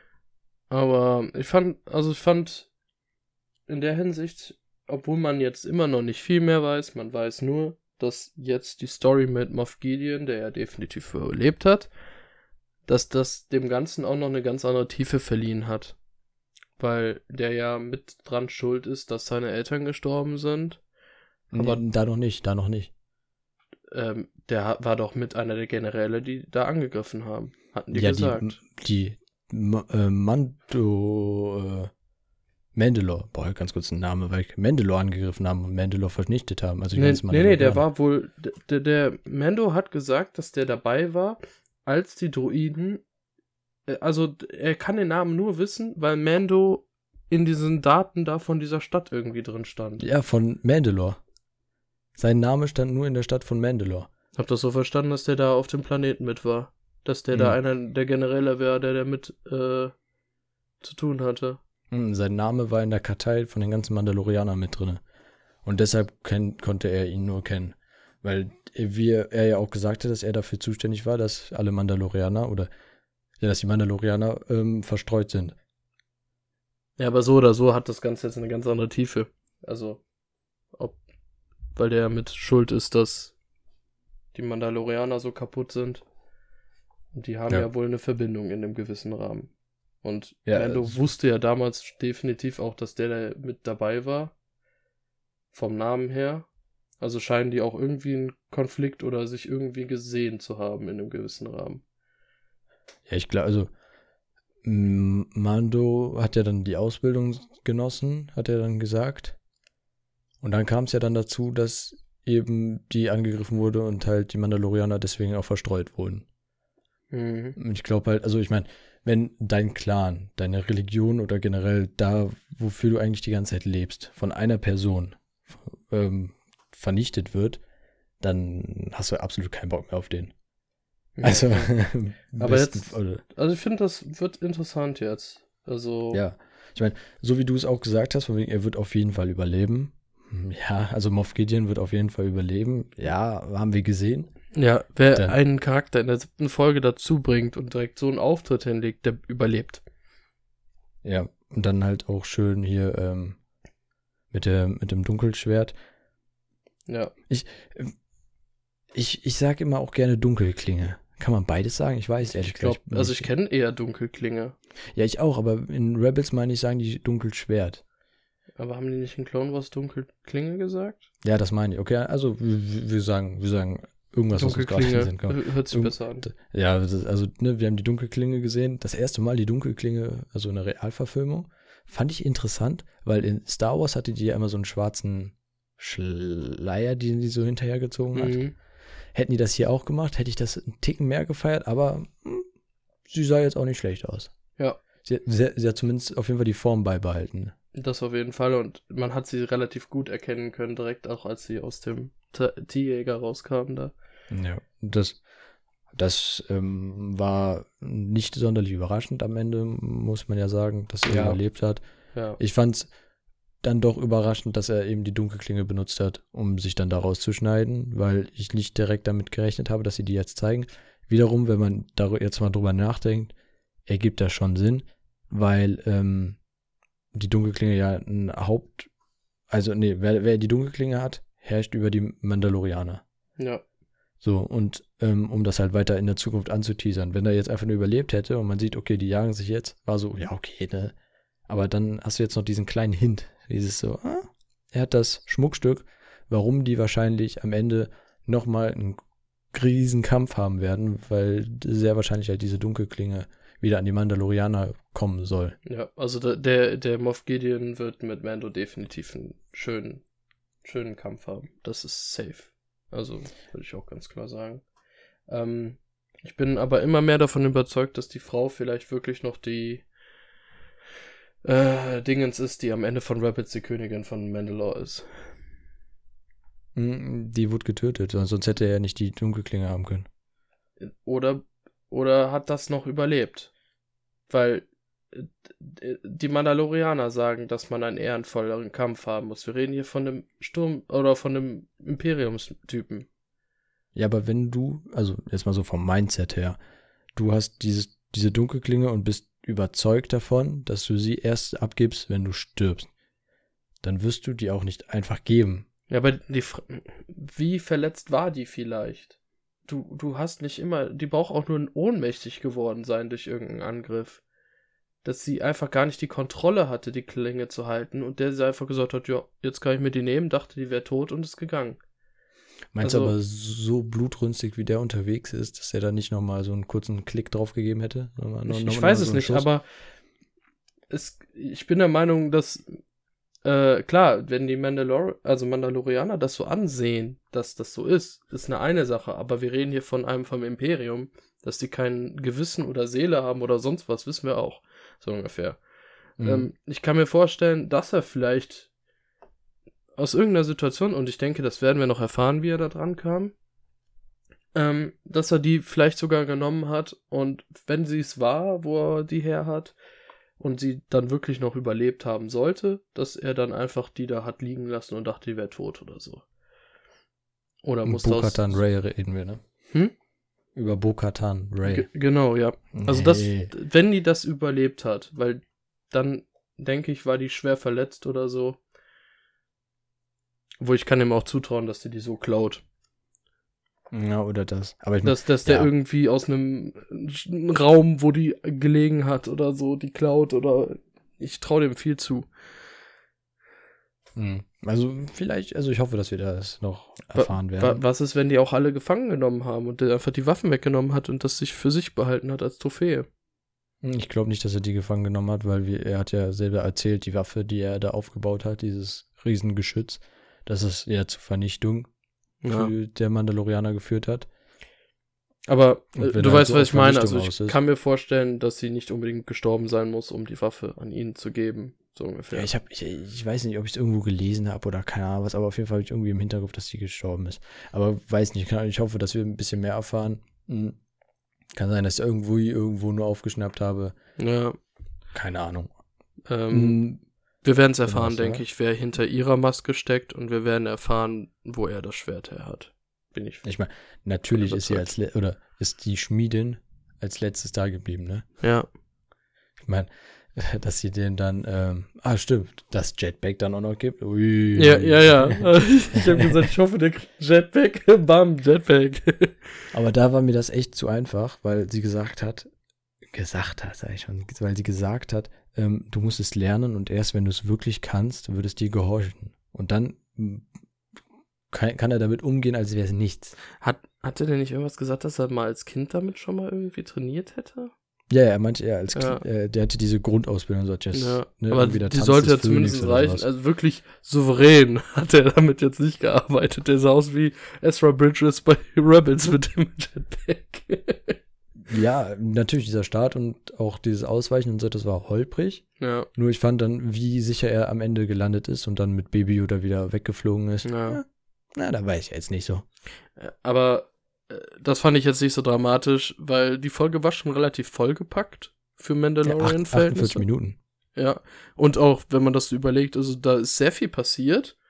Aber ich fand, also ich fand in der Hinsicht, obwohl man jetzt immer noch nicht viel mehr weiß, man weiß nur, dass jetzt die Story mit Moff Gideon, der ja definitiv überlebt hat, dass das dem Ganzen auch noch eine ganz andere Tiefe verliehen hat. Weil der ja mit dran schuld ist, dass seine Eltern gestorben sind. Aber Nee, da noch nicht, da noch nicht. ähm, der ha- war doch mit einer der Generäle, die da angegriffen haben. Hatten die Ja, gesagt. die, die Ma- äh, Mando, äh, Mandalore, boah, ganz kurz ein Name, weil Mandalore angegriffen haben und Mandalore vernichtet haben. Also die Nee, ganzen nee, nee, der Mandalorianer. war wohl. Der, der Mando hat gesagt, dass der dabei war, als die Droiden. äh, Also, er kann den Namen nur wissen, weil Mando in diesen Daten da von dieser Stadt irgendwie drin stand. Ja, von Mandalore. Sein Name stand nur in der Stadt von Mandalore. Hab das so verstanden, dass der da auf dem Planeten mit war. Dass der da Mhm. einer der Generäle wäre, der damit äh, zu tun hatte. Hm, sein Name war in der Kartei von den ganzen Mandalorianern mit drin. Und deshalb kenn, konnte er ihn nur kennen. Weil, wie er ja auch gesagt hat, dass er dafür zuständig war, dass alle Mandalorianer oder ja, dass die Mandalorianer ähm, verstreut sind. Ja, aber so oder so hat das Ganze jetzt eine ganz andere Tiefe. Also, ob, weil der mit Schuld ist, dass die Mandalorianer so kaputt sind. Und die haben Ja. ja wohl eine Verbindung in einem gewissen Rahmen. Und Ja, Mando es- wusste ja damals definitiv auch, dass der da mit dabei war. Vom Namen her. Also scheinen die auch irgendwie einen Konflikt oder sich irgendwie gesehen zu haben in einem gewissen Rahmen. Ja, ich glaube, also M- Mando hat ja dann die Ausbildung genossen, hat er dann gesagt. Und dann kam es ja dann dazu, dass eben die angegriffen wurde und halt die Mandalorianer deswegen auch verstreut wurden. Mhm. Und ich glaube halt, also ich meine, wenn dein Clan, deine Religion oder generell da, wofür du eigentlich die ganze Zeit lebst, von einer Person ähm, vernichtet wird, dann hast du absolut keinen Bock mehr auf den. Also, am Aber besten- jetzt- oder, Also ich finde, das wird interessant jetzt. Also, ja, ich meine, so wie du es auch gesagt hast, von wegen, er wird auf jeden Fall überleben. Hm, Ja, also Moff Gideon wird auf jeden Fall überleben. Ja, haben wir gesehen. ja, wer Dann- einen Charakter in der siebten Folge dazu bringt und direkt so einen Auftritt hinlegt, der überlebt. Ja, und dann halt auch schön hier ähm, mit, der, mit dem Dunkelschwert. Ja. Ich, ich, ich sage immer auch gerne Dunkelklinge. Kann man beides sagen? Ich weiß ehrlich Ich glaube, gesagt also nicht. ich kenne eher Dunkelklinge. Ja, ich auch, aber in Rebels meine ich, sagen die Dunkelschwert. Aber haben die nicht in Clone Wars Dunkelklinge gesagt? Ja, das meine ich. Okay, also wir, wir sagen, wir sagen irgendwas, was uns gerade in den Sinn kommt. Dunkelklinge, hört sich Irgend- besser an. Ja, das ist- also ne, wir haben die Dunkelklinge gesehen. Das erste Mal die Dunkelklinge, also eine Realverfilmung, fand ich interessant, weil in Star Wars hatte die ja immer so einen schwarzen Schleier, den sie so hinterhergezogen hat. Mhm. Hätten die das hier auch gemacht, hätte ich das einen Ticken mehr gefeiert, aber hm, sie sah jetzt auch nicht schlecht aus. Ja, Sie, hat- sie, sie hat zumindest auf jeden Fall die Form beibehalten. das auf jeden Fall. Und man hat sie relativ gut erkennen können, direkt auch als sie aus dem T- T-Jäger rauskamen da. Ja, das, das ähm, war nicht sonderlich überraschend am Ende, muss man ja sagen, dass er Ja. überlebt hat. Ja. Ich fand es dann doch überraschend, dass er eben die Dunkelklinge benutzt hat, um sich dann da rauszuschneiden, weil ich nicht direkt damit gerechnet habe, dass sie die jetzt zeigen. Wiederum, wenn man da jetzt mal drüber nachdenkt, ergibt das schon Sinn, weil ähm, die Dunkelklinge ja ein Haupt... Also, nee, wer, wer die Dunkelklinge hat, herrscht über die Mandalorianer. Ja. So, und ähm, um das halt weiter in der Zukunft anzuteasern. Wenn er jetzt einfach nur überlebt hätte und man sieht, okay, die jagen sich jetzt, war so, ja, okay, ne? Aber dann hast du jetzt noch diesen kleinen Hint, dieses so, ah, er hat das Schmuckstück, warum die wahrscheinlich am Ende nochmal einen riesen Kampf haben werden, weil sehr wahrscheinlich halt diese Dunkelklinge wieder an die Mandalorianer kommen soll. Ja, also der, der, der Moff Gideon wird mit Mando definitiv einen schönen, schönen Kampf haben. Das ist safe. Also, würde ich auch ganz klar sagen. Ähm, ich bin aber immer mehr davon überzeugt, dass die Frau vielleicht wirklich noch die äh, Dingens ist, die am Ende von Rebels die Königin von Mandalore ist. Mm, Die wurde getötet, sonst hätte er nicht die Dunkelklinge haben können. Oder, oder hat das noch überlebt? Weil äh, die Mandalorianer sagen, dass man einen ehrenvolleren Kampf haben muss. Wir reden hier von einem Sturm- oder von einem Imperiumstypen. Ja, aber wenn du, also jetzt mal so vom Mindset her, du hast dieses, diese Dunkelklinge und bist überzeugt davon, dass du sie erst abgibst, wenn du stirbst, dann wirst du die auch nicht einfach geben. Ja, aber die Fra- wie verletzt war die vielleicht? Du, du hast nicht immer, die braucht auch nur ohnmächtig geworden sein durch irgendeinen Angriff. Dass sie einfach gar nicht die Kontrolle hatte, die Klinge zu halten und der sie einfach gesagt hat, ja, jetzt kann ich mir die nehmen, dachte, die wäre tot und ist gegangen. Meinst Also- du aber so blutrünstig, wie der unterwegs ist, dass er da nicht nochmal so einen kurzen Klick drauf gegeben hätte? Nochmal- Ich, noch- ich noch- weiß noch es so einen nicht, Schuss? aber es, ich bin der Meinung, dass äh, klar, wenn die Mandalor also Mandalorianer das so ansehen, dass das so ist, ist eine eine Sache, aber wir reden hier von einem vom Imperium, dass die kein Gewissen oder Seele haben oder sonst was, wissen wir auch, so ungefähr. Mhm. Ähm, ich kann mir vorstellen, dass er vielleicht aus irgendeiner Situation, und ich denke, das werden wir noch erfahren, wie er da dran kam, ähm, dass er die vielleicht sogar genommen hat und wenn sie es war, wo er die her hat und sie dann wirklich noch überlebt haben sollte, dass er dann einfach die da hat liegen lassen und dachte, die wäre tot oder so. Oder musste aus... Bo-Katan Ray reden wir, ne? Hm? Über Bo-Katan Ray. Ge- genau, ja. Also das, Nee. wenn die das überlebt hat, weil dann, denke ich, war die schwer verletzt oder so. Wo ich kann ihm auch zutrauen, dass die die so klaut. Ja, oder das. Aber ich mein, Dass, dass der ja. irgendwie aus einem Raum, wo die gelegen hat oder so, die klaut oder ich traue dem viel zu. mh. Also vielleicht, also ich hoffe, dass wir das noch erfahren Wa- werden. Was ist, wenn die auch alle gefangen genommen haben und der einfach die Waffen weggenommen hat und das sich für sich behalten hat als Trophäe? Ich glaube nicht, dass er die gefangen genommen hat, weil wir, er hat ja selber erzählt, die Waffe, die er da aufgebaut hat, dieses Riesengeschütz, dass es ja zur Vernichtung Ja. für der Mandalorianer geführt hat. Aber Und äh, wenn du halt weißt, so was auf ich meine. Vernichtung Also ich aus ist. kann mir vorstellen, dass sie nicht unbedingt gestorben sein muss, um die Waffe an ihn zu geben. So ungefähr. Ja, ich, hab, ich, ich weiß nicht, ob ich es irgendwo gelesen habe oder keine Ahnung was, aber auf jeden Fall habe ich irgendwie im Hinterkopf, dass sie gestorben ist. Aber weiß nicht, kann- ich hoffe, dass wir ein bisschen mehr erfahren. Hm. Kann sein, dass ich irgendwo, irgendwo nur aufgeschnappt habe. Ja. Keine Ahnung. Ähm, Hm. wir werden es Genau, erfahren, so. denke ich, wer hinter ihrer Maske steckt und wir werden erfahren, wo er das Schwert her hat. Bin ich. Ich meine, natürlich ist sie überzeugt. als, le- oder ist die Schmiedin als letztes da geblieben, ne? Ja. Ich meine, dass sie den dann, ähm, ah, stimmt, das Jetpack dann auch noch gibt. Ui. Ja, ja, ja. Ich habe gesagt, ich hoffe, der kriegt Jetpack. Bam, Jetpack. Aber da war mir das echt zu einfach, weil sie gesagt hat, gesagt hat, sag ich schon, weil sie gesagt hat, ähm, du musst es lernen und erst wenn du es wirklich kannst, wird es dir gehorchen. Und dann m, kann, kann er damit umgehen, als wäre es nichts. Hat, hat er denn nicht irgendwas gesagt, dass er mal als Kind damit schon mal irgendwie trainiert hätte? Ja, ja, er meinte, er als Ja. Kind, äh, der hatte diese Grundausbildung, so just, Ja, ne, aber irgendwie der die Tanz sollte des ja zumindest Phönix oder reichen. sowas. Also wirklich souverän hat er damit jetzt nicht gearbeitet. Der sah aus wie Ezra Bridges bei Rebels mit dem Jetpack. Ja, natürlich dieser Start und auch dieses Ausweichen und so, das war holprig. Ja, Nur ich fand dann, wie sicher er am Ende gelandet ist und dann mit Baby Yoda wieder weggeflogen ist. ja. Na, da weiß ich jetzt nicht so. Aber äh, das fand ich jetzt nicht so dramatisch, weil die Folge war schon relativ vollgepackt für Ja, acht- Mandalorian-Verhältnisse. achtundvierzig Minuten. Ja, und auch, wenn man das so überlegt, also da ist sehr viel passiert.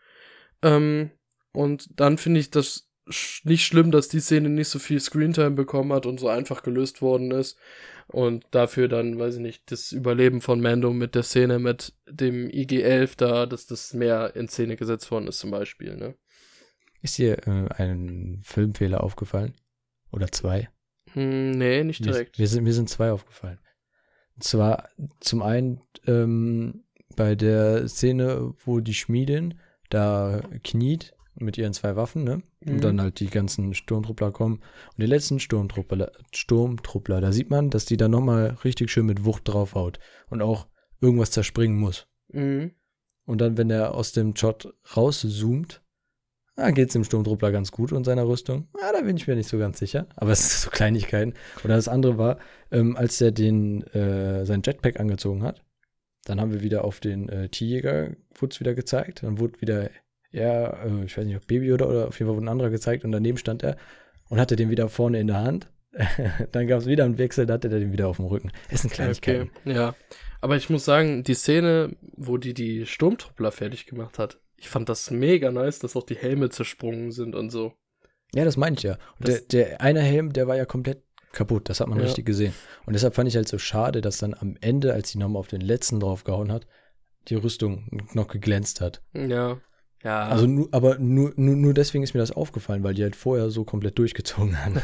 Ähm, und dann finde ich das sch- nicht schlimm, dass die Szene nicht so viel Screentime bekommen hat und so einfach gelöst worden ist. Und dafür dann, weiß ich nicht, das Überleben von Mando mit der Szene mit dem I G elf da, dass das mehr in Szene gesetzt worden ist zum Beispiel, ne? Ist dir äh, ein Filmfehler aufgefallen? Oder zwei? Hm, nee, nicht Mir, direkt. mir, sind, mir sind zwei aufgefallen. Und zwar zum einen ähm, bei der Szene, wo die Schmiedin da kniet mit ihren zwei Waffen, ne? Und Mhm. dann halt die ganzen Sturmtruppler kommen. Und die letzten Sturmtruppler, Sturmtruppler, da sieht man, dass die da nochmal richtig schön mit Wucht draufhaut und auch irgendwas zerspringen muss. Mhm. Und dann, wenn er aus dem Shot rauszoomt, da geht's dem Sturmtruppler ganz gut und seiner Rüstung. Ah, da bin ich mir nicht so ganz sicher. Aber es sind so Kleinigkeiten. Oder das andere war, ähm, als er den, äh, sein Jetpack angezogen hat, dann haben wir wieder auf den äh, T-Jäger, wurde es wieder gezeigt. Dann wurde wieder, ja, äh, ich weiß nicht, ob Baby oder, oder auf jeden Fall wurde ein anderer gezeigt und daneben stand er und hatte den wieder vorne in der Hand. Dann gab es wieder einen Wechsel, da hatte er den wieder auf dem Rücken. Es sind Kleinigkeiten. Okay, ja. Aber ich muss sagen, die Szene, wo die die Sturmtruppler fertig gemacht hat, ich fand das mega nice, dass auch die Helme zersprungen sind und so. Ja, das meine ich ja. Und der, Das- der eine Helm, der war ja komplett kaputt. Das hat man Ja. richtig gesehen. Und deshalb fand ich halt so schade, dass dann am Ende, als die nochmal auf den letzten draufgehauen hat, die Rüstung noch geglänzt hat. Ja. Ja. Also nur, aber nur, nur, nur deswegen ist mir das aufgefallen, weil die halt vorher so komplett durchgezogen haben.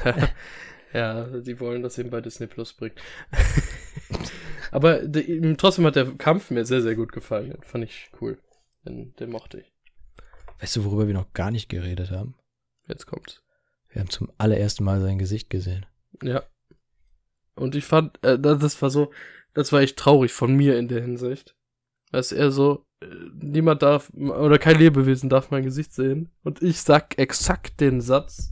Ja, die wollen das eben bei Disney Plus bringen. Aber de, trotzdem hat der Kampf mir sehr, sehr gut gefallen. Den fand ich cool. Den, den mochte ich. Weißt du, worüber wir noch gar nicht geredet haben? Jetzt kommt's. Wir haben zum allerersten Mal sein Gesicht gesehen. Ja. Und ich fand, äh, das war so, das war echt traurig von mir in der Hinsicht. Dass er so, äh, niemand darf, oder kein Lebewesen darf mein Gesicht sehen. Und ich sag exakt den Satz,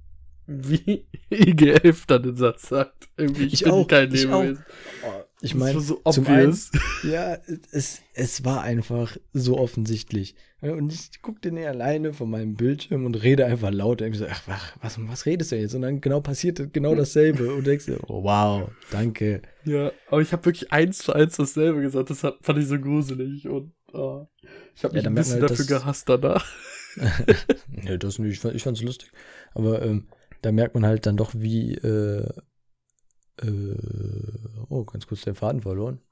wie I G elf dann den Satz sagt. Irgendwie, ich, Ich bin auch, kein ich auch. Lebewesen. Ich Das meine, war so zum einen, obvious. ja, es, es war einfach so offensichtlich. Und ich guckte nicht alleine von meinem Bildschirm und rede einfach laut. Und ich so, ach, ach, was, was redest du jetzt? Und dann genau passiert genau dasselbe. Und denkst dir, oh, wow, danke. Ja, aber ich habe wirklich eins zu eins dasselbe gesagt. Das hat, fand ich so gruselig. Und oh, ich habe Ja, mich dann ein merkt bisschen man halt, dafür dass- gehasst danach. Nee, das nicht. Ich, fand, ich fand's lustig. Aber ähm, da merkt man halt dann doch, wie, äh, äh, oh, ganz kurz den Faden verloren.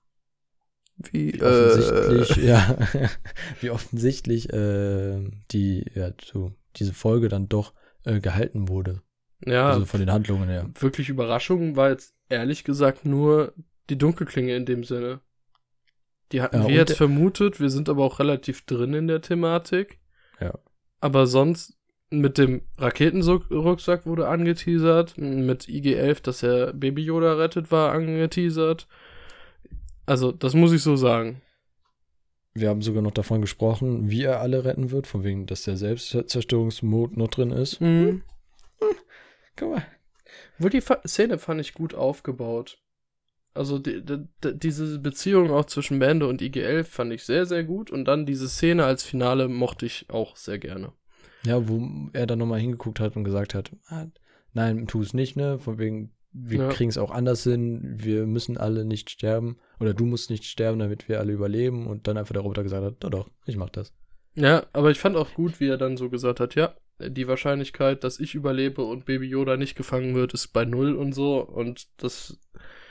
Wie, Wie offensichtlich, ja, wie offensichtlich äh, die, ja, so, diese Folge dann doch äh, gehalten wurde. Ja, Also von den Handlungen her. wirklich Überraschung war jetzt ehrlich gesagt nur die Dunkelklinge in dem Sinne. Die hatten Ja, wir und jetzt der- vermutet, wir sind aber auch relativ drin in der Thematik. Ja. Aber sonst mit dem Raketenrucksack wurde angeteasert, mit I G elf, dass er Baby Yoda rettet, war angeteasert. Also, das muss ich so sagen. Wir haben sogar noch davon gesprochen, wie er alle retten wird, von wegen, dass der Selbstzerstörungsmod noch drin ist. Mhm. Guck mal. Wohl die Fa- Szene fand ich gut aufgebaut. Also die, die, die, diese Beziehung auch zwischen Mando und I G elf fand ich sehr, sehr gut. Und dann diese Szene als Finale mochte ich auch sehr gerne. Ja, wo er dann nochmal hingeguckt hat und gesagt hat, ah, nein, tu es nicht, ne? Von wegen, wir Ja. kriegen es auch anders hin, wir müssen alle nicht sterben. Oder du musst nicht sterben, damit wir alle überleben. Und dann einfach der Roboter gesagt hat, doch, doch, ich mach das. Ja, aber ich fand auch gut, wie er dann so gesagt hat, ja, die Wahrscheinlichkeit, dass ich überlebe und Baby Yoda nicht gefangen wird, ist bei null und so. Und das,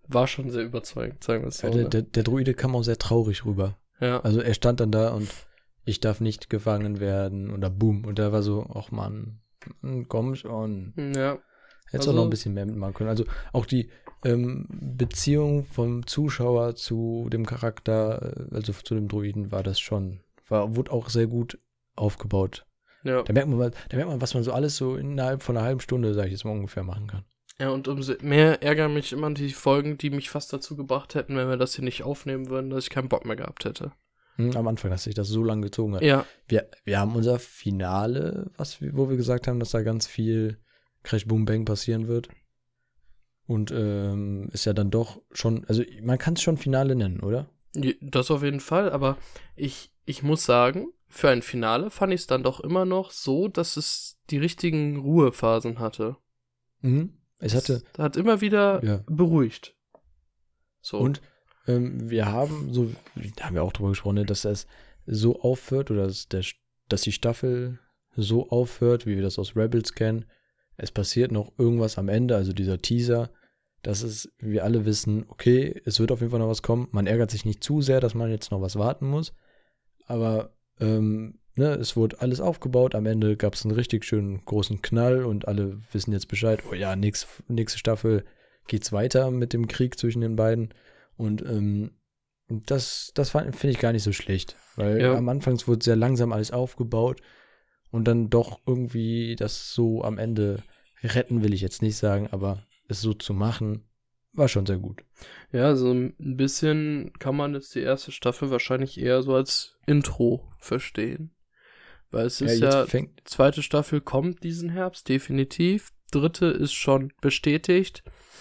war schon sehr überzeugend, sagen wir es so. Ja, der, ne? der, der Druide kam auch sehr traurig rüber. Ja. Also er stand dann da und ich darf nicht gefangen werden oder boom. Und da war so, ach Mann, komm schon. Ja. Hättest Also- auch noch ein bisschen mehr mitmachen können. Also auch die ähm, Beziehung vom Zuschauer zu dem Charakter, äh, also zu dem Druiden, war das schon, war, wurde auch sehr gut aufgebaut. Ja. Da merkt man, mal- da merkt man, was man so alles so innerhalb von einer halben Stunde, sag ich jetzt mal, ungefähr machen kann. Ja, und umso mehr ärgern mich immer die Folgen, die mich fast dazu gebracht hätten, wenn wir das hier nicht aufnehmen würden, dass ich keinen Bock mehr gehabt hätte. Hm, am Anfang, dass sich das so lange gezogen hat. Ja. Wir, wir haben unser Finale, was, wir- wo wir gesagt haben, dass da ganz viel Crash Boom Bang passieren wird. Und ähm, ist ja dann doch schon, also man kann es schon Finale nennen, oder? Je- Das auf jeden Fall, aber ich, ich muss sagen, für ein Finale fand ich es dann doch immer noch so, dass es die richtigen Ruhephasen hatte. Mhm. Es hatte, Es hat immer wieder ja. beruhigt. So. Und ähm, wir haben, so, da haben wir auch drüber gesprochen, ne, dass es so aufhört, oder dass, der, dass die Staffel so aufhört, wie wir das aus Rebels kennen. Es passiert noch irgendwas am Ende, also dieser Teaser, dass es, wir alle wissen, okay, es wird auf jeden Fall noch was kommen. Man ärgert sich nicht zu sehr, dass man jetzt noch was warten muss. Aber ähm, ne, es wurde alles aufgebaut. Am Ende gab es einen richtig schönen großen Knall und alle wissen jetzt Bescheid. Oh ja, nächste, nächste Staffel geht's weiter mit dem Krieg zwischen den beiden. Und ähm, das, das finde ich gar nicht so schlecht. Weil Ja. am Anfang wurde sehr langsam alles aufgebaut. Und dann doch irgendwie das so am Ende retten, will ich jetzt nicht sagen, aber es so zu machen, war schon sehr gut. Ja, so ein bisschen kann man jetzt die erste Staffel wahrscheinlich eher so als Intro verstehen. Weil es ist jetzt ja, fängt, zweite Staffel kommt diesen Herbst, definitiv. Dritte ist schon bestätigt.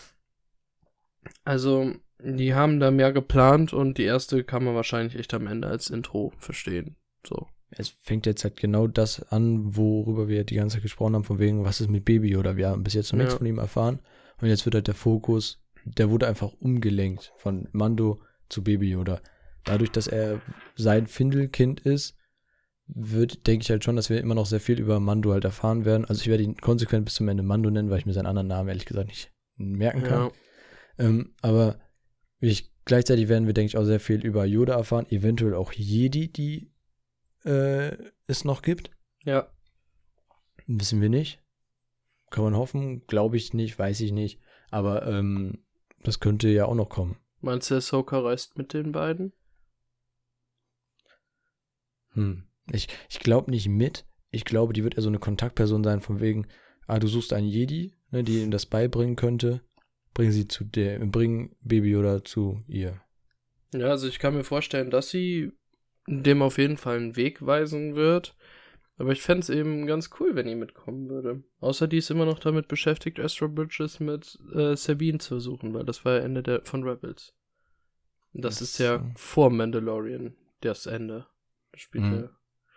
Also, die haben da mehr geplant und die erste kann man wahrscheinlich echt am Ende als Intro verstehen. So. es fängt jetzt halt genau das an, worüber wir die ganze Zeit gesprochen haben, von wegen, was ist mit Baby, oder wir haben bis jetzt noch nichts Ja. von ihm erfahren. Und jetzt wird halt der Fokus, der wurde einfach umgelenkt von Mando zu Baby Yoda. Dadurch, dass er sein Findelkind ist, wird, denke ich halt schon, dass wir immer noch sehr viel über Mando halt erfahren werden. Also ich werde ihn konsequent bis zum Ende Mando nennen, weil ich mir seinen anderen Namen ehrlich gesagt nicht merken kann. Ja. Ähm, aber ich, gleichzeitig werden wir, denke ich, auch sehr viel über Yoda erfahren, eventuell auch Jedi, die äh, es noch gibt. Ja. Wissen wir nicht. Kann man hoffen, glaube ich nicht, weiß ich nicht. Aber ähm, das könnte ja auch noch kommen. Meinst du, Ahsoka reist mit den beiden? Hm. Ich, ich glaube nicht mit. Ich glaube, die wird eher so eine Kontaktperson sein, von wegen, ah, du suchst einen Jedi, ne, die ihm das beibringen könnte. Bring sie zu der, bring Baby Yoda zu ihr. Ja, also ich kann mir vorstellen, dass sie dem auf jeden Fall einen Weg weisen wird. Aber ich fände es eben ganz cool, wenn die mitkommen würde. Außer die ist immer noch damit beschäftigt, Astro Bridges mit äh, Sabine zu suchen, weil das war ja Ende der, von Rebels. Und das Das ist ja ist, äh, vor Mandalorian das Ende. Das spielt Mhm. ja.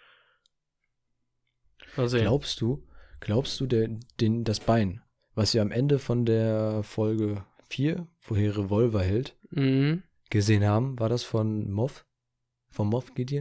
Mal sehen. Glaubst du, glaubst du, der, den, das Bein, was wir am Ende von der Folge vier, wo er Revolver hält, Mhm. gesehen haben, war das von Moff? Von Moff Gideon?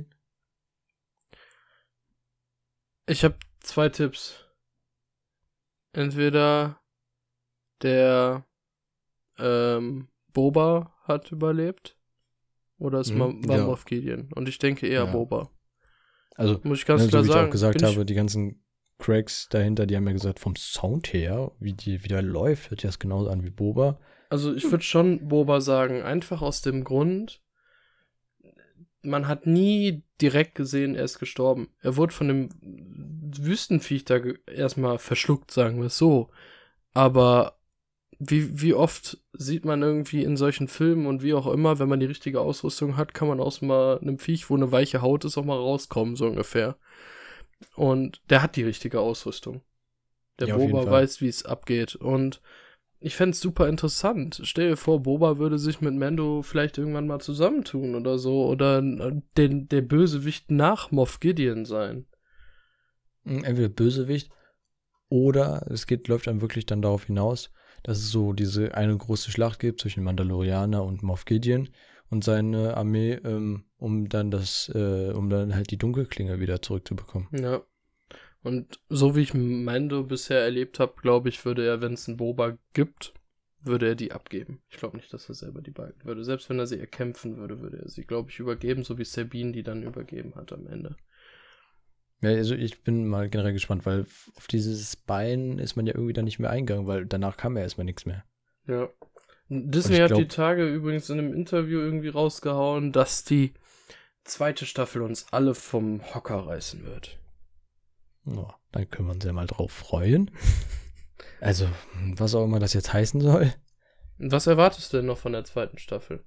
Ich habe zwei Tipps. Entweder der ähm, Boba hat überlebt oder es Mhm, war war ja. Moff Gideon. Und ich denke eher Ja. Boba. Also, Muss ich ganz ne, klar so wie sagen. ich auch gesagt Bin habe, die ganzen Cracks dahinter, die haben ja gesagt, vom Sound her, wie die wieder läuft, hört sich das genauso an wie Boba. Also ich würde schon Boba sagen, einfach aus dem Grund, man hat nie direkt gesehen, er ist gestorben. Er wurde von dem Wüstenviech da ge- erstmal verschluckt, sagen wir es so. Aber wie, wie oft sieht man irgendwie in solchen Filmen und wie auch immer, wenn man die richtige Ausrüstung hat, kann man aus mal einem Viech, wo eine weiche Haut ist, auch mal rauskommen, so ungefähr. Und der hat die richtige Ausrüstung. Der Ja, auf jeden Boba Fall. weiß, wie es abgeht. Und ich fände es super interessant. Stell dir vor, Boba würde sich mit Mando vielleicht irgendwann mal zusammentun oder so. Oder äh, den, der Bösewicht nach Moff Gideon sein. Mhm, entweder Bösewicht oder es geht, läuft dann wirklich dann darauf hinaus, dass es so diese eine große Schlacht gibt zwischen Mandalorianer und Moff Gideon und seine Armee, ähm, um dann das, äh, um dann halt die Dunkelklinge wieder zurückzubekommen. Ja. Und so wie ich Mando bisher erlebt habe, glaube ich, würde er, wenn es einen Boba gibt, würde er die abgeben. Ich glaube nicht, dass er selber die behalten würde. Selbst wenn er sie erkämpfen würde, würde er sie, glaube ich, übergeben, so wie Sabine die dann übergeben hat am Ende. Ja, also ich bin mal generell gespannt, weil auf dieses Bein ist man ja irgendwie dann nicht mehr eingegangen, weil danach kam ja erstmal nichts mehr. Ja. Disney hat glaub, die Tage übrigens in einem Interview irgendwie rausgehauen, dass die zweite Staffel uns alle vom Hocker reißen wird. Oh, dann können wir uns ja mal drauf freuen. Also, was auch immer das jetzt heißen soll. Was erwartest du denn noch von der zweiten Staffel?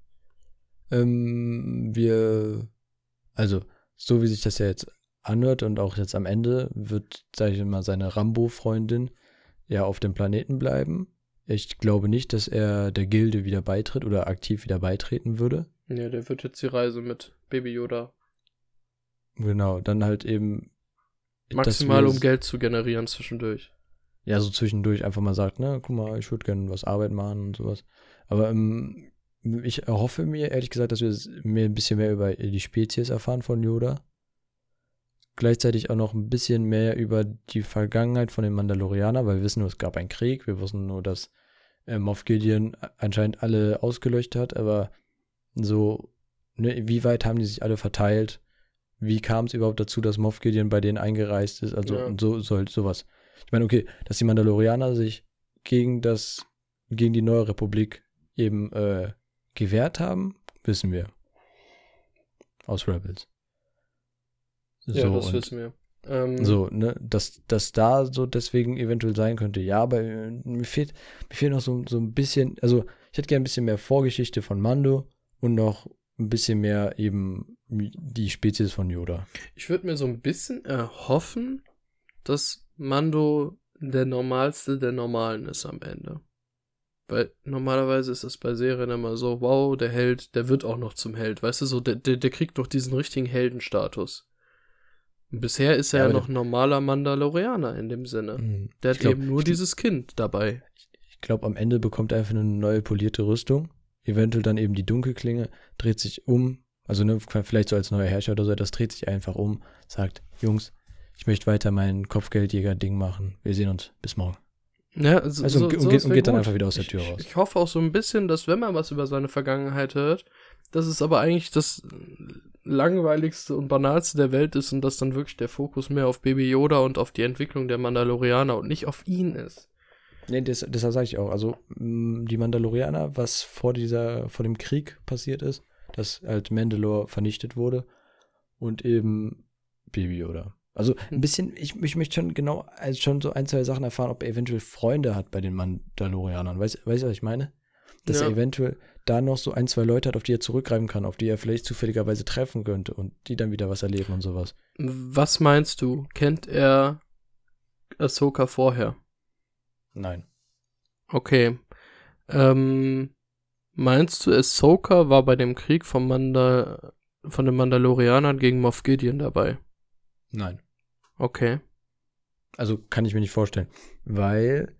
Ähm, wir, also, so wie sich das ja jetzt anhört und auch jetzt am Ende wird, sag ich mal, seine Rambo-Freundin ja auf dem Planeten bleiben. Ich glaube nicht, dass er der Gilde wieder beitritt oder aktiv wieder beitreten würde. Ja, der wird jetzt die Reise mit Baby Yoda. Genau, dann halt eben maximal, um Geld zu generieren zwischendurch. Ja, so zwischendurch einfach mal sagt, ne, guck mal, ich würde gerne was Arbeit machen und sowas. Aber ähm, ich erhoffe mir, ehrlich gesagt, dass wir mehr, ein bisschen mehr über die Spezies erfahren von Yoda. Gleichzeitig auch noch ein bisschen mehr über die Vergangenheit von den Mandalorianern, weil wir wissen nur, es gab einen Krieg. Wir wissen nur, dass äh, Moff Gideon anscheinend alle ausgelöscht hat. Aber so, ne, wie weit haben die sich alle verteilt? Wie kam es überhaupt dazu, dass Moff Gideon bei denen eingereist ist? Also Ja. so soll sowas. Ich meine, okay, dass die Mandalorianer sich gegen das, gegen die neue Republik eben äh, gewehrt haben, wissen wir. Aus Rebels. Ja, so, das und wissen wir. Ähm, so, ne, dass das da so deswegen eventuell sein könnte. Ja, aber äh, mir fehlt, mir fehlt noch so, so ein bisschen, also ich hätte gerne ein bisschen mehr Vorgeschichte von Mando und noch ein bisschen mehr eben die Spezies von Yoda. Ich würde mir so ein bisschen erhoffen, dass Mando der Normalste der Normalen ist am Ende. Weil normalerweise ist das bei Serien immer so, wow, der Held, der wird auch noch zum Held. Weißt du, so, der, der, der kriegt doch diesen richtigen Heldenstatus. Und bisher ist er ja, ja noch normaler Mandalorianer in dem Sinne. Mh, der hat glaub, eben nur dieses Kind dabei. Ich glaube, am Ende bekommt er einfach eine neue polierte Rüstung. Eventuell dann eben die Dunkelklinge, dreht sich um, also ne, vielleicht so als neuer Herrscher oder so, das dreht sich einfach um, sagt, Jungs, ich möchte weiter mein Kopfgeldjäger-Ding machen. Wir sehen uns. Bis morgen. Ja, so, also, und, so und, geht, und geht dann gut. einfach wieder aus der Tür ich, raus. Ich hoffe auch so ein bisschen, dass wenn man was über seine Vergangenheit hört, dass es aber eigentlich das langweiligste und banalste der Welt ist und dass dann wirklich der Fokus mehr auf Baby Yoda und auf die Entwicklung der Mandalorianer und nicht auf ihn ist. Nee, das, deshalb sage ich auch. Also die Mandalorianer, was vor dieser, vor dem Krieg passiert ist, dass halt Mandalore vernichtet wurde und eben Baby Yoda. Also ein bisschen, ich, ich möchte schon genau, also schon so ein, zwei Sachen erfahren, ob er eventuell Freunde hat bei den Mandalorianern. Weißt du, was ich meine? Dass ja. er eventuell da noch so ein, zwei Leute hat, auf die er zurückgreifen kann, auf die er vielleicht zufälligerweise treffen könnte und die dann wieder was erleben und sowas. Was meinst du? Kennt er Ahsoka vorher? Nein. Okay. Ähm, meinst du, Ahsoka war bei dem Krieg vom Mandal- von den Mandalorianern gegen Moff Gideon dabei? Nein. Okay. Also kann ich mir nicht vorstellen, weil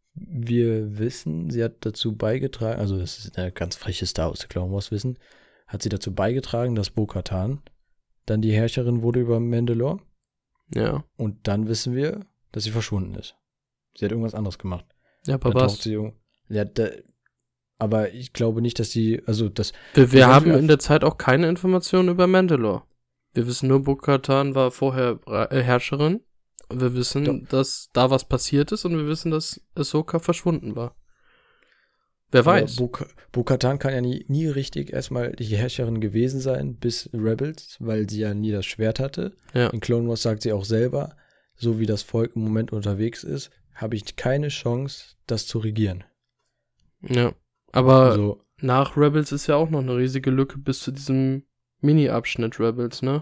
wir wissen, sie hat dazu beigetragen, also das ist eine ganz freche Star Wars Clone Wars Wissen, hat sie dazu beigetragen, dass Bo-Katan dann die Herrscherin wurde über Mandalore. Ja. Und dann wissen wir, dass sie verschwunden ist. Sie hat irgendwas anderes gemacht. Ja, aber dann was? Sie, ja, da, aber ich glaube nicht, dass sie, also das... Wir, wir haben in der Zeit auch keine Informationen über Mandalore. Wir wissen nur, Bo-Katan war vorher äh, Herrscherin. Wir wissen, Doch. dass da was passiert ist und wir wissen, dass Ahsoka verschwunden war. Wer weiß. Bo-Katan kann ja nie, nie richtig erstmal die Herrscherin gewesen sein, bis Rebels, weil sie ja nie das Schwert hatte. Ja. In Clone Wars sagt sie auch selber, so wie das Volk im Moment unterwegs ist, habe ich keine Chance, das zu regieren. Ja, aber so. Nach Rebels ist ja auch noch eine riesige Lücke bis zu diesem Mini-Abschnitt Rebels, ne?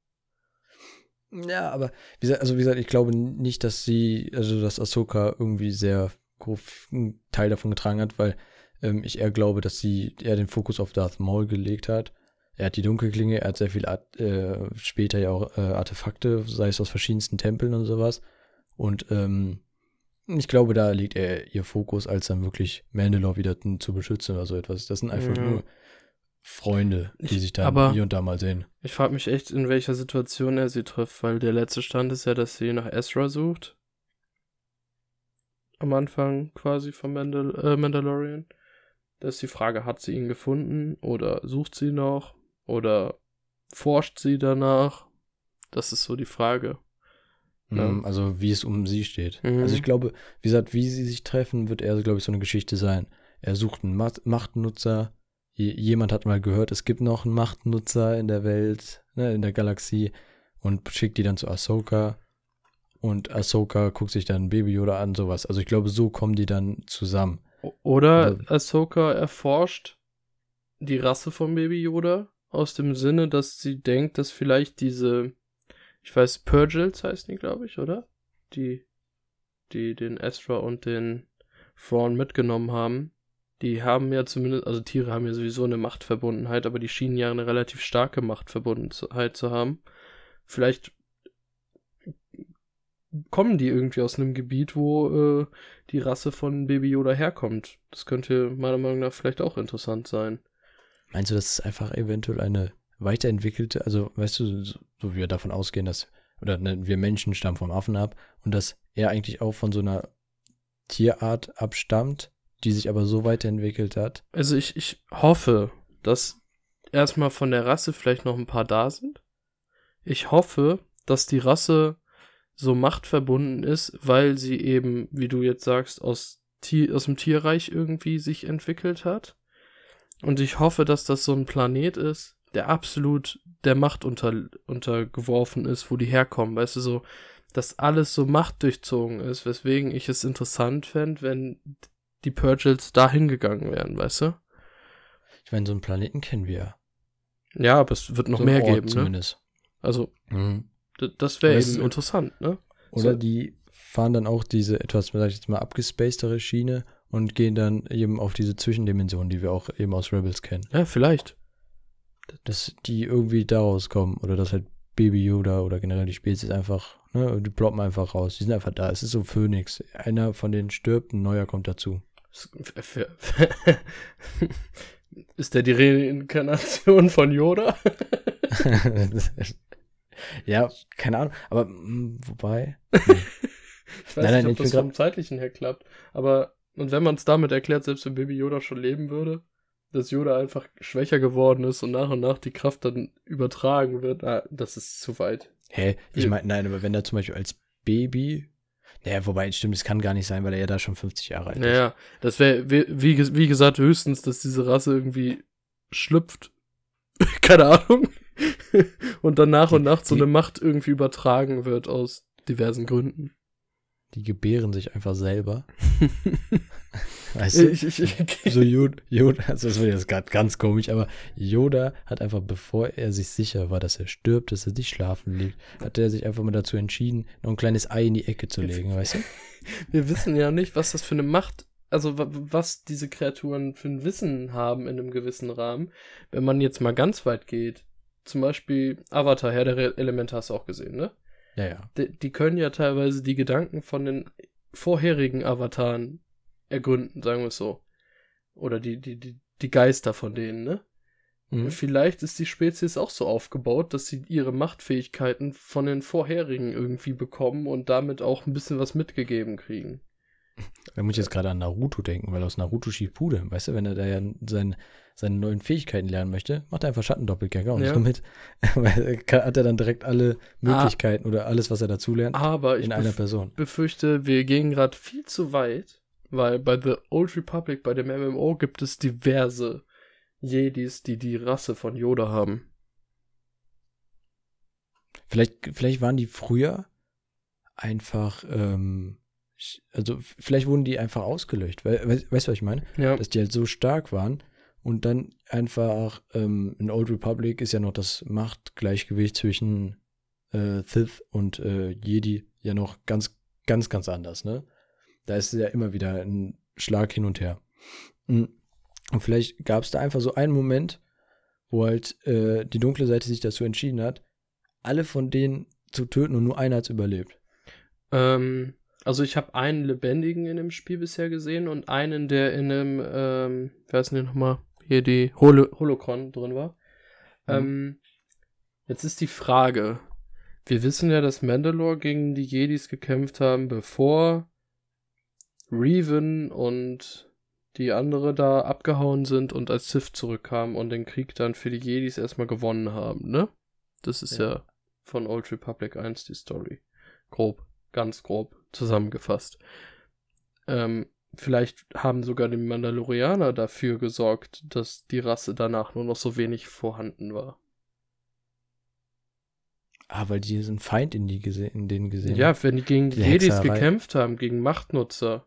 Ja, aber wie gesagt, also wie gesagt, ich glaube nicht, dass sie, also dass Ahsoka irgendwie sehr einen Teil davon getragen hat, weil ähm, ich eher glaube, dass sie eher den Fokus auf Darth Maul gelegt hat. Er hat die Dunkelklinge, er hat sehr viel Art, äh, später ja auch äh, Artefakte, sei es aus verschiedensten Tempeln und sowas. Und ähm, ich glaube, da liegt er ihr Fokus, als dann wirklich Mandalore wieder zu beschützen oder so etwas. Das sind einfach ja. nur Freunde, die ich, sich dann aber hier und da mal sehen. Ich frage mich echt, in welcher Situation er sie trifft, weil der letzte Stand ist ja, dass sie nach Ezra sucht. am Anfang quasi von Mandal- äh, Mandalorian. Da ist die Frage, hat sie ihn gefunden oder sucht sie noch oder forscht sie danach? Das ist so die Frage. Ja. Mm, Also wie es um sie steht. Mhm. Also ich glaube, wie gesagt, wie sie sich treffen, wird eher, glaube ich, so eine Geschichte sein. Er sucht einen Ma- Machtnutzer. J- Jemand hat mal gehört, es gibt noch einen Machtnutzer in der Welt, ne, in der Galaxie, und schickt die dann zu Ahsoka. Und Ahsoka guckt sich dann Baby Yoda an, sowas. Also ich glaube, so kommen die dann zusammen. O- Oder Aber- Ahsoka erforscht die Rasse von Baby Yoda aus dem Sinne, dass sie denkt, dass vielleicht diese, ich weiß, Purgils heißen die, glaube ich, oder? Die, die den Ezra und den Thrawn mitgenommen haben. Die haben ja zumindest, also Tiere haben ja sowieso eine Machtverbundenheit, aber die schienen ja eine relativ starke Machtverbundenheit zu haben. Vielleicht kommen die irgendwie aus einem Gebiet, wo äh, die Rasse von Baby Yoda herkommt. Das könnte meiner Meinung nach vielleicht auch interessant sein. Meinst du, das ist einfach eventuell eine weiterentwickelte, also weißt du, so, so wie wir davon ausgehen, dass, oder ne, wir Menschen stammen vom Affen ab und dass er eigentlich auch von so einer Tierart abstammt, die sich aber so weiterentwickelt hat. Also ich, ich hoffe, dass erstmal von der Rasse vielleicht noch ein paar da sind. Ich hoffe, dass die Rasse so machtverbunden ist, weil sie eben, wie du jetzt sagst, aus, Tier, aus dem Tierreich irgendwie sich entwickelt hat. Und ich hoffe, dass das so ein Planet ist, der absolut der Macht unter, untergeworfen ist, wo die herkommen. Weißt du, so, dass alles so machtdurchzogen ist, weswegen ich es interessant fände, wenn die Purgils da hingegangen wären, weißt du? Ich meine, so einen Planeten kennen wir ja. Ja, aber es wird noch So einen mehr Ort geben, ne? zumindest. Also, Mhm. d- das wäre Weißt eben du- interessant, ne? Oder So- die fahren dann auch diese etwas, sag ich jetzt mal, abgespacedere Schiene und gehen dann eben auf diese Zwischendimensionen, die wir auch eben aus Rebels kennen. Ja, vielleicht. Dass die irgendwie daraus kommen oder dass halt Baby Yoda oder generell die Spezies einfach, ne, die ploppen einfach raus. Die sind einfach da. Es ist so Phönix. Einer von denen stirbt, ein neuer kommt dazu. S- f- f- Ist der die Reinkarnation von Yoda? Ja, keine Ahnung. Aber mh, wobei. Ich weiß Nein, nein, nicht, ob ich das bin vom Zeitlichen her klappt. Aber, und wenn man es damit erklärt, selbst wenn Baby Yoda schon leben würde, dass Yoda einfach schwächer geworden ist und nach und nach die Kraft dann übertragen wird, ah, das ist zu weit. Hä? Ich Ja. meine, nein, aber wenn er zum Beispiel als Baby. Naja, wobei, stimmt, das kann gar nicht sein, weil er ja da schon fünfzig Jahre alt ist. Naja, das wäre, wie, wie ges- wie gesagt, höchstens, dass diese Rasse irgendwie schlüpft. Keine Ahnung. Und dann nach und nach so Die- eine Macht irgendwie übertragen wird aus diversen Gründen. Die gebären sich einfach selber. Weißt du? Ich, ich, ich, So Yoda, Yoda, also das wird jetzt gerade ganz komisch, aber Yoda hat einfach, bevor er sich sicher war, dass er stirbt, dass er nicht schlafen liegt, hat er sich einfach mal dazu entschieden, noch ein kleines Ei in die Ecke zu legen, weißt du? Wir wissen ja nicht, was das für eine Macht, also wa- was diese Kreaturen für ein Wissen haben in einem gewissen Rahmen. Wenn man jetzt mal ganz weit geht, zum Beispiel Avatar, Herr der Re- Elemente hast du auch gesehen, ne? Ja, ja. Die, die können ja teilweise die Gedanken von den vorherigen Avataren ergründen, sagen wir es so. Oder die, die, die, die Geister von denen, ne? Mhm. Vielleicht ist die Spezies auch so aufgebaut, dass sie ihre Machtfähigkeiten von den vorherigen irgendwie bekommen und damit auch ein bisschen was mitgegeben kriegen. Da muss ich jetzt gerade an Naruto denken, weil aus Naruto Shippuden, weißt du, wenn er da ja sein, seine neuen Fähigkeiten lernen möchte, macht er einfach Schattendoppelgänger und Ja. somit weil, kann- hat er dann direkt alle Möglichkeiten oder alles, was er dazu lernt, Aber ich in einer bef- Person. befürchte, wir gehen gerade viel zu weit, weil bei The Old Republic, bei dem M M O, gibt es diverse Jedis, die die Rasse von Yoda haben. Vielleicht, vielleicht waren die früher einfach, ähm, sch- also f- vielleicht wurden die einfach ausgelöscht. We we weißt du, was ich meine? Ja, Dass die halt so stark waren und dann einfach, ähm, in Old Republic ist ja noch das Machtgleichgewicht zwischen äh, Sith und äh, Jedi ja noch ganz, ganz, ganz anders, ne? Da ist ja immer wieder ein Schlag hin und her. Mhm. Und vielleicht gab es da einfach so einen Moment, wo halt äh, die dunkle Seite sich dazu entschieden hat, alle von denen zu töten und nur einer hat's überlebt. ähm, also ich habe einen lebendigen in dem Spiel bisher gesehen und einen, der in einem, ähm, wer ist denn nochmal, hier die Holo Holocron drin war. Mhm. Ähm, jetzt ist die Frage, wir wissen ja, dass Mandalore gegen die Jedis gekämpft haben, bevor Revan und die andere da abgehauen sind und als Sith zurückkamen und den Krieg dann für die Jedis erstmal gewonnen haben, ne? Das ist ja, ja von Old Republic eins die Story. Grob, ganz grob zusammengefasst. Ähm, vielleicht haben sogar die Mandalorianer dafür gesorgt, dass die Rasse danach nur noch so wenig vorhanden war. Ah, weil die diesen Feind in, die gese- in denen gesehen haben. Ja, wenn die gegen die Die Jedis Hexerei. gekämpft haben, gegen Machtnutzer.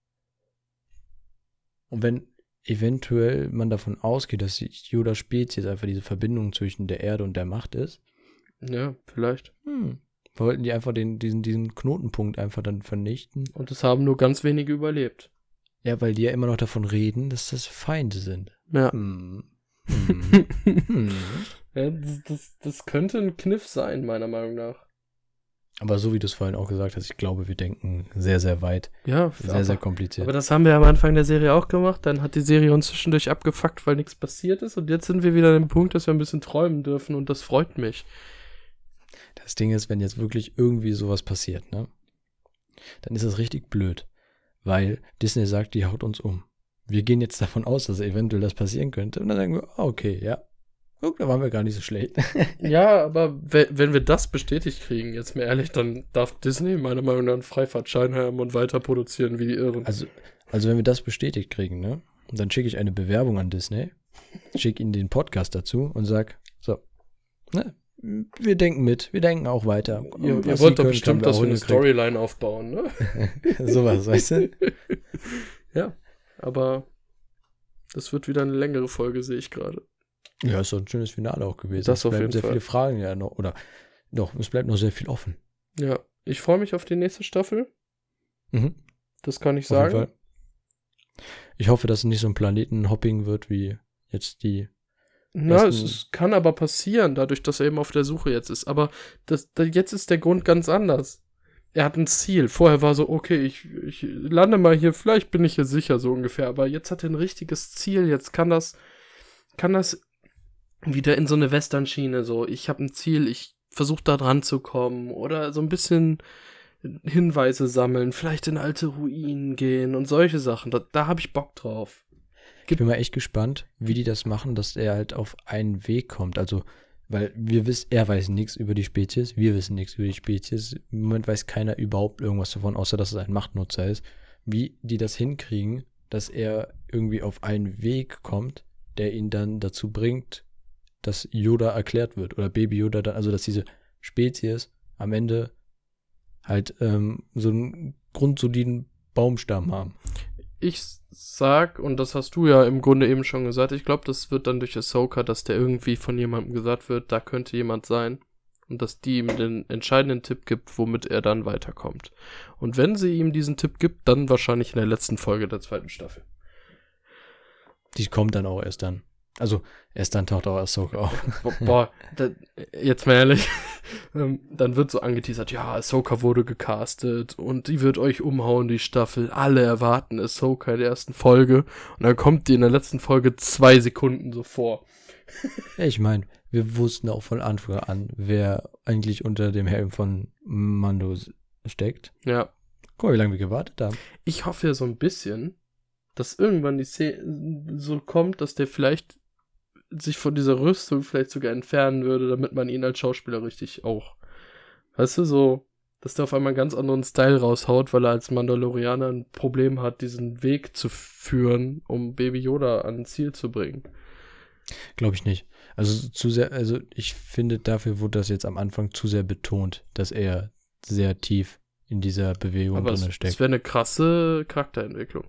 Und wenn eventuell man davon ausgeht, dass die Yoda-Spezies einfach diese Verbindung zwischen der Erde und der Macht ist, Ja, vielleicht. hm, wollten die einfach den, diesen, diesen Knotenpunkt einfach dann vernichten. Und es haben nur ganz wenige überlebt. Ja, weil die ja immer noch davon reden, dass das Feinde sind. Ja. Hm. Hm. hm. Ja, das, das, das könnte ein Kniff sein, meiner Meinung nach. Aber so wie du es vorhin auch gesagt hast, ich glaube, wir denken sehr, sehr weit. Ja, Sehr, aber, sehr kompliziert. aber das haben wir am Anfang der Serie auch gemacht. Dann hat die Serie uns zwischendurch abgefuckt, weil nichts passiert ist. Und jetzt sind wir wieder an dem Punkt, dass wir ein bisschen träumen dürfen. Und das freut mich. Das Ding ist, wenn jetzt wirklich irgendwie sowas passiert, ne, dann ist das richtig blöd. Weil Disney sagt, die haut uns um. Wir gehen jetzt davon aus, dass eventuell das passieren könnte. Und dann sagen wir, ah, okay, ja. Guck, da waren wir gar nicht so schlecht. Ja, aber we- wenn wir das bestätigt kriegen, jetzt mal ehrlich, dann darf Disney meiner Meinung nach einen Freifahrtschein haben und weiter produzieren wie die Irren. Also, also wenn wir das bestätigt kriegen, ne, dann schicke ich eine Bewerbung an Disney, schicke ihnen den Podcast dazu und sag, so, ne, wir denken mit, wir denken auch weiter. ihr, Was ihr sie wollt doch können, bestimmt, haben wir dass auch wir eine hingekriegt. Storyline aufbauen, ne? Sowas, weißt du? Ja, aber das wird wieder eine längere Folge, sehe ich gerade. Ja, ist doch ein schönes Finale auch gewesen. Das es auf bleiben jeden sehr Fall. viele Fragen ja noch, oder doch, es bleibt noch sehr viel offen. Ja, ich freue mich auf die nächste Staffel. Mhm. Das kann ich Auf jeden sagen. Fall. Ich hoffe, dass es nicht so ein Planetenhopping wird, wie jetzt die. Na, es, ersten- es kann aber passieren, dadurch, dass er eben auf der Suche jetzt ist. Aber das, da, jetzt ist der Grund ganz anders. Er hat ein Ziel. Vorher war so, okay, ich, ich lande mal hier, vielleicht bin ich hier sicher, so ungefähr. Aber jetzt hat er ein richtiges Ziel. Jetzt kann das, kann das wieder in so eine Western-Schiene, so, ich habe ein Ziel, ich versuche da dran zu kommen. Oder so ein bisschen Hinweise sammeln, vielleicht in alte Ruinen gehen und solche Sachen. Da, da habe ich Bock drauf. Ich bin mal echt gespannt, wie die das machen, dass er halt auf einen Weg kommt. Also, weil wir wissen, er weiß nichts über die Spezies, wir wissen nichts über die Spezies. Im Moment weiß keiner überhaupt irgendwas davon, außer dass es ein Machtnutzer ist. Wie die das hinkriegen, dass er irgendwie auf einen Weg kommt, der ihn dann dazu bringt, dass Yoda erklärt wird. Oder Baby Yoda dann, also dass diese Spezies am Ende halt ähm, so einen grundsoliden Baumstamm haben. Ich sag, und das hast du ja im Grunde eben schon gesagt, ich glaube, das wird dann durch Ahsoka, dass der irgendwie von jemandem gesagt wird, da könnte jemand sein. Und dass die ihm den entscheidenden Tipp gibt, womit er dann weiterkommt. Und wenn sie ihm diesen Tipp gibt, dann wahrscheinlich in der letzten Folge der zweiten Staffel. Die kommt dann auch erst dann. Also, erst dann taucht auch Ahsoka auf. Bo- Boah, da, jetzt mal ehrlich, ähm, dann wird so angeteasert, ja, Ahsoka wurde gecastet und die wird euch umhauen, die Staffel. Alle erwarten Ahsoka in der ersten Folge und dann kommt die in der letzten Folge zwei Sekunden so vor. Ja, ich meine, wir wussten auch von Anfang an, wer eigentlich unter dem Helm von Mando s- steckt. Ja, Guck mal, wie lange wir gewartet haben. ich hoffe ja so ein bisschen, dass irgendwann die Szene so kommt, dass der vielleicht sich von dieser Rüstung vielleicht sogar entfernen würde, damit man ihn als Schauspieler richtig auch, weißt du, so, dass der auf einmal einen ganz anderen Style raushaut, weil er als Mandalorianer ein Problem hat, diesen Weg zu führen, um Baby Yoda ans Ziel zu bringen. Glaube ich nicht. Also zu sehr, also ich finde, dafür wurde das jetzt am Anfang zu sehr betont, dass er sehr tief in dieser Bewegung Aber drin es, steckt. es wäre eine krasse Charakterentwicklung.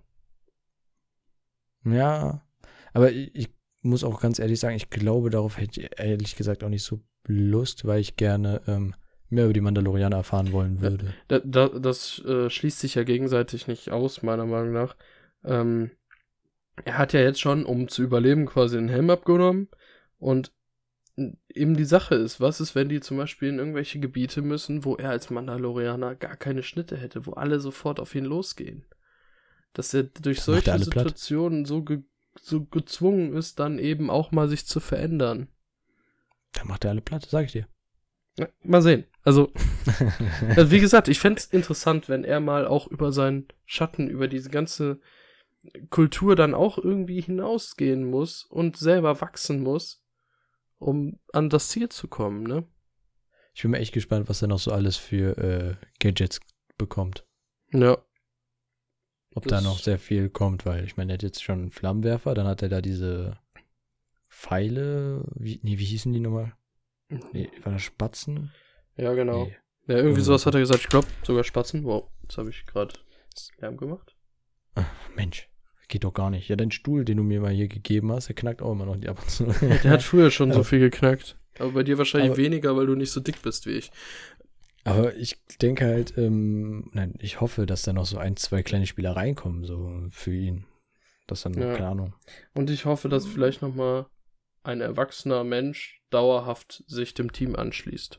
Ja, aber ich, ich muss auch ganz ehrlich sagen, ich glaube, darauf hätte ich ehrlich gesagt auch nicht so Lust, weil ich gerne ähm, mehr über die Mandalorianer erfahren wollen würde. Da, da, das äh, schließt sich ja gegenseitig nicht aus, meiner Meinung nach. Ähm, er hat ja jetzt schon, um zu überleben, quasi den Helm abgenommen. Und eben die Sache ist, was ist, wenn die zum Beispiel in irgendwelche Gebiete müssen, wo er als Mandalorianer gar keine Schnitte hätte, wo alle sofort auf ihn losgehen. Dass er durch Dann macht solche er alle platt. Situationen so, ge so gezwungen ist, dann eben auch mal sich zu verändern. Da macht er alle platt, sag ich dir. Ja, mal sehen. Also, also wie gesagt, ich fände es interessant, wenn er mal auch über seinen Schatten, über diese ganze Kultur dann auch irgendwie hinausgehen muss und selber wachsen muss, um an das Ziel zu kommen, ne? Ich bin mal echt gespannt, was er noch so alles für äh, Gadgets bekommt. Ja. Ob Das- da noch sehr viel kommt, weil ich meine, er hat jetzt schon einen Flammenwerfer, dann hat er da diese Pfeile, wie, nee, wie hießen die nochmal? Nee, war das Spatzen? Ja, genau. Nee. Ja, irgendwie Irgendwas. sowas hat er gesagt. Ich glaube, sogar Spatzen. Wow, jetzt habe ich gerade Lärm gemacht. Ach, Mensch, geht doch gar nicht. Ja, dein Stuhl, den du mir mal hier gegeben hast, der knackt auch immer noch die ab und zu. Der hat früher schon so Aber- viel geknackt. Aber bei dir wahrscheinlich Aber- weniger, weil du nicht so dick bist wie ich. Aber ich denke halt, ähm, nein, ich hoffe, dass da noch so ein, zwei kleine Spielereien kommen, so für ihn. Dass dann, Ja. keine Ahnung. Und ich hoffe, dass vielleicht noch mal ein erwachsener Mensch dauerhaft sich dem Team anschließt.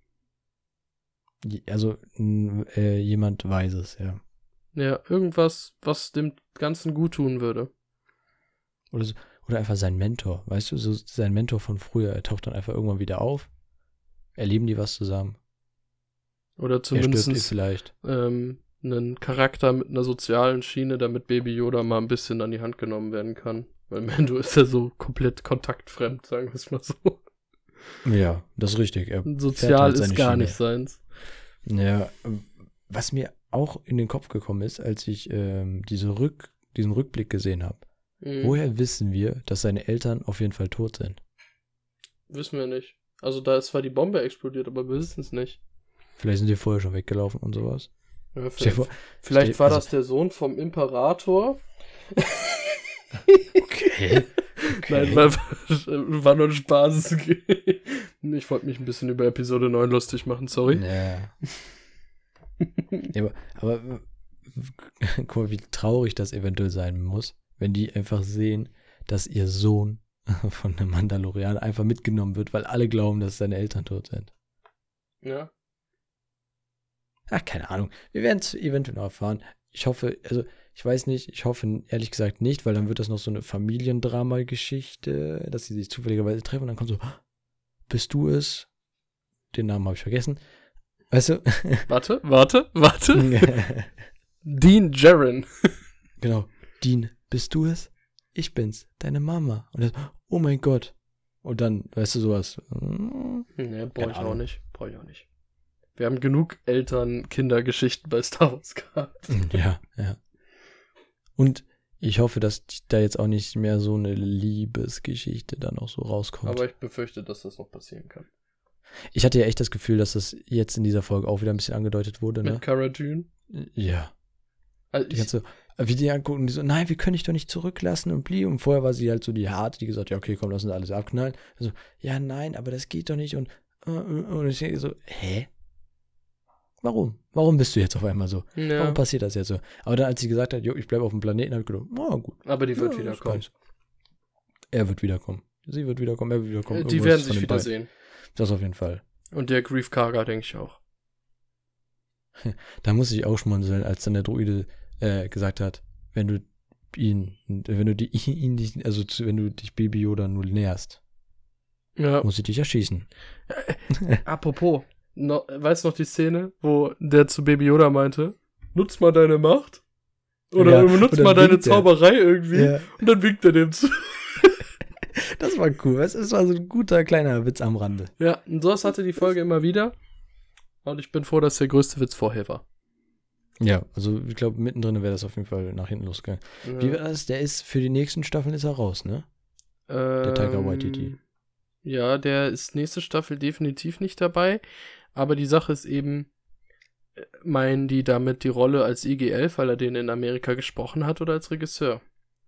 Je- Also, n- äh, jemand weiß es, ja. Ja, irgendwas, was dem Ganzen gut tun würde. Oder, so, oder einfach sein Mentor, weißt du, so sein Mentor von früher, er taucht dann einfach irgendwann wieder auf, erleben die was zusammen, Oder er stirbt ihr zumindest vielleicht. ähm, einen Charakter mit einer sozialen Schiene, damit Baby Yoda mal ein bisschen an die Hand genommen werden kann. Weil Mando ist ja so komplett kontaktfremd, sagen wir es mal so. Ja, das ist richtig. Er Sozial halt ist seine gar Schiene. nicht seins. Ja, was mir auch in den Kopf gekommen ist, als ich ähm, diese Rück, diesen Rückblick gesehen habe. Mhm. Woher wissen wir, dass seine Eltern auf jeden Fall tot sind? Wissen wir nicht. Also da ist zwar die Bombe explodiert, aber wir wissen es nicht. Vielleicht sind die vorher schon weggelaufen und sowas. Ja, Stell dir vielleicht vor, vielleicht stell- war also- das der Sohn vom Imperator. Okay. Nein, war, war nur ein Spaß. Ich wollte mich ein bisschen über Episode neun lustig machen, sorry. Ja. Ja, aber, aber guck mal, wie traurig das eventuell sein muss, wenn die einfach sehen, dass ihr Sohn von einem Mandalorianer einfach mitgenommen wird, weil alle glauben, dass seine Eltern tot sind. Ja. Ach, keine Ahnung. Wir werden es eventuell noch erfahren. Ich hoffe, also ich weiß nicht, ich hoffe ehrlich gesagt nicht, weil dann wird das noch so eine Familiendrama-Geschichte, dass sie sich zufälligerweise treffen und dann kommt so, bist du es? Den Namen habe ich vergessen. Weißt du? Warte, warte, warte. Dean Jaren. Genau. Dean, bist du es? Ich bin's, deine Mama. Und das, oh mein Gott. Und dann, weißt du, sowas. Hm, Ne, brauche Keine ich auch Ahnung. nicht. Brauche ich auch nicht. Wir haben genug Eltern-Kinder-Geschichten bei Star Wars gehabt. Ja, ja. Und ich hoffe, dass da jetzt auch nicht mehr so eine Liebesgeschichte dann auch so rauskommt. Aber ich befürchte, dass das noch passieren kann. Ich hatte ja echt das Gefühl, dass das jetzt in dieser Folge auch wieder ein bisschen angedeutet wurde, ne? Mit Cara Dune. Ja. Also Die ich, ganze, wie die angucken, die so, nein, wir können dich doch nicht zurücklassen und blieb. Und vorher war sie halt so die harte, die gesagt, ja, okay, komm, lass uns alles abknallen. Also, ja, nein, aber das geht doch nicht. Und, äh, äh, und ich denke so, hä? Warum? Warum bist du jetzt auf einmal so? ja, Warum passiert das jetzt so? Aber dann, als sie gesagt hat, jo, ich bleibe auf dem Planeten, habe ich gedacht, na gut. aber die wird ja, wiederkommen. ist geil. Er wird wiederkommen. Sie wird wiederkommen, er wird wiederkommen. Die Irgendwas werden von sich den beiden. wiedersehen. Das auf jeden Fall. Und der Grief Karga, denke ich auch. Da muss ich auch schmunzeln, als dann der Druide äh, gesagt hat, wenn du ihn, wenn du die, ihn nicht, also zu, wenn du dich Baby Yoda nur näherst, Ja. muss ich dich erschießen. Apropos, no, weißt du noch die Szene, wo der zu Baby Yoda meinte, nutz mal deine Macht? Oder Ja, nutz und dann mal deine winkt er. Zauberei irgendwie. Ja, Und dann winkt er dem zu. das war cool. Es es war so ein guter kleiner Witz am Rande. Ja, und sowas hatte die Folge immer wieder. Und ich bin froh, dass der größte Witz vorher war. Ja, also ich glaube, mittendrin wäre das auf jeden Fall nach hinten losgegangen. Ja. Wie war das? Der ist für die nächsten Staffeln ist er raus, ne? Der Taika Waititi. Ja, der ist nächste Staffel definitiv nicht dabei. Aber die Sache ist eben, äh, meinen die damit die Rolle als I G elf, weil er den in Amerika gesprochen hat, oder als Regisseur?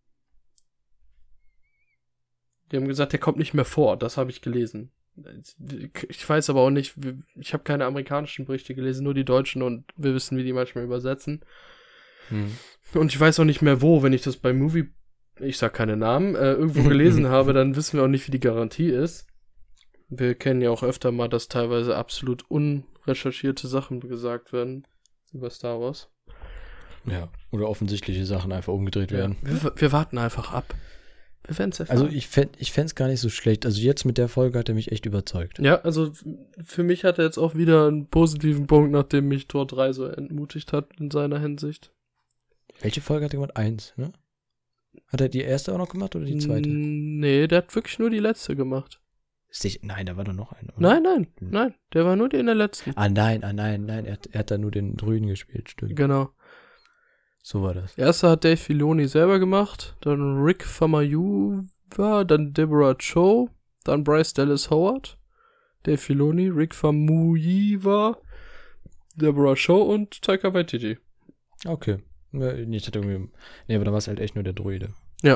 Die haben gesagt, der kommt nicht mehr vor. Das habe ich gelesen. Ich weiß aber auch nicht, ich habe keine amerikanischen Berichte gelesen, nur die deutschen, und wir wissen, wie die manchmal übersetzen. Hm. Und ich weiß auch nicht mehr wo, wenn ich das bei Movie, ich sag keine Namen, äh, irgendwo gelesen habe, dann wissen wir auch nicht, wie die Garantie ist. Wir kennen ja auch öfter mal, dass teilweise absolut unrecherchierte Sachen gesagt werden über Star Wars. Ja, oder offensichtliche Sachen einfach umgedreht werden. Wir, wir warten einfach ab. Wir werden es erfahren. Also ich fände ich es gar nicht so schlecht. Also jetzt mit der Folge hat er mich echt überzeugt. Ja, also f- für mich hat er jetzt auch wieder einen positiven Punkt, nachdem mich Tor drei so entmutigt hat in seiner Hinsicht. Welche Folge hat er gemacht? Eins, ne? Hat er die erste auch noch gemacht oder die zweite? Mm, Nee, der hat wirklich nur die letzte gemacht. Sich, nein, da war doch noch eine. Oder? Nein, nein, Hm. nein, der war nur die in der letzten. Ah nein, ah nein, nein, er hat, er hat da nur den Druiden gespielt, stimmt. Genau. So war das. Erste hat Dave Filoni selber gemacht, dann Rick Famuyiwa, dann Deborah Cho, dann Bryce Dallas Howard, Dave Filoni, Rick Famuyiwa, Deborah Cho und Taika Waititi. Okay. Ja, nee, ich hatte irgendwie. Nee, aber da war es halt echt nur der Druide.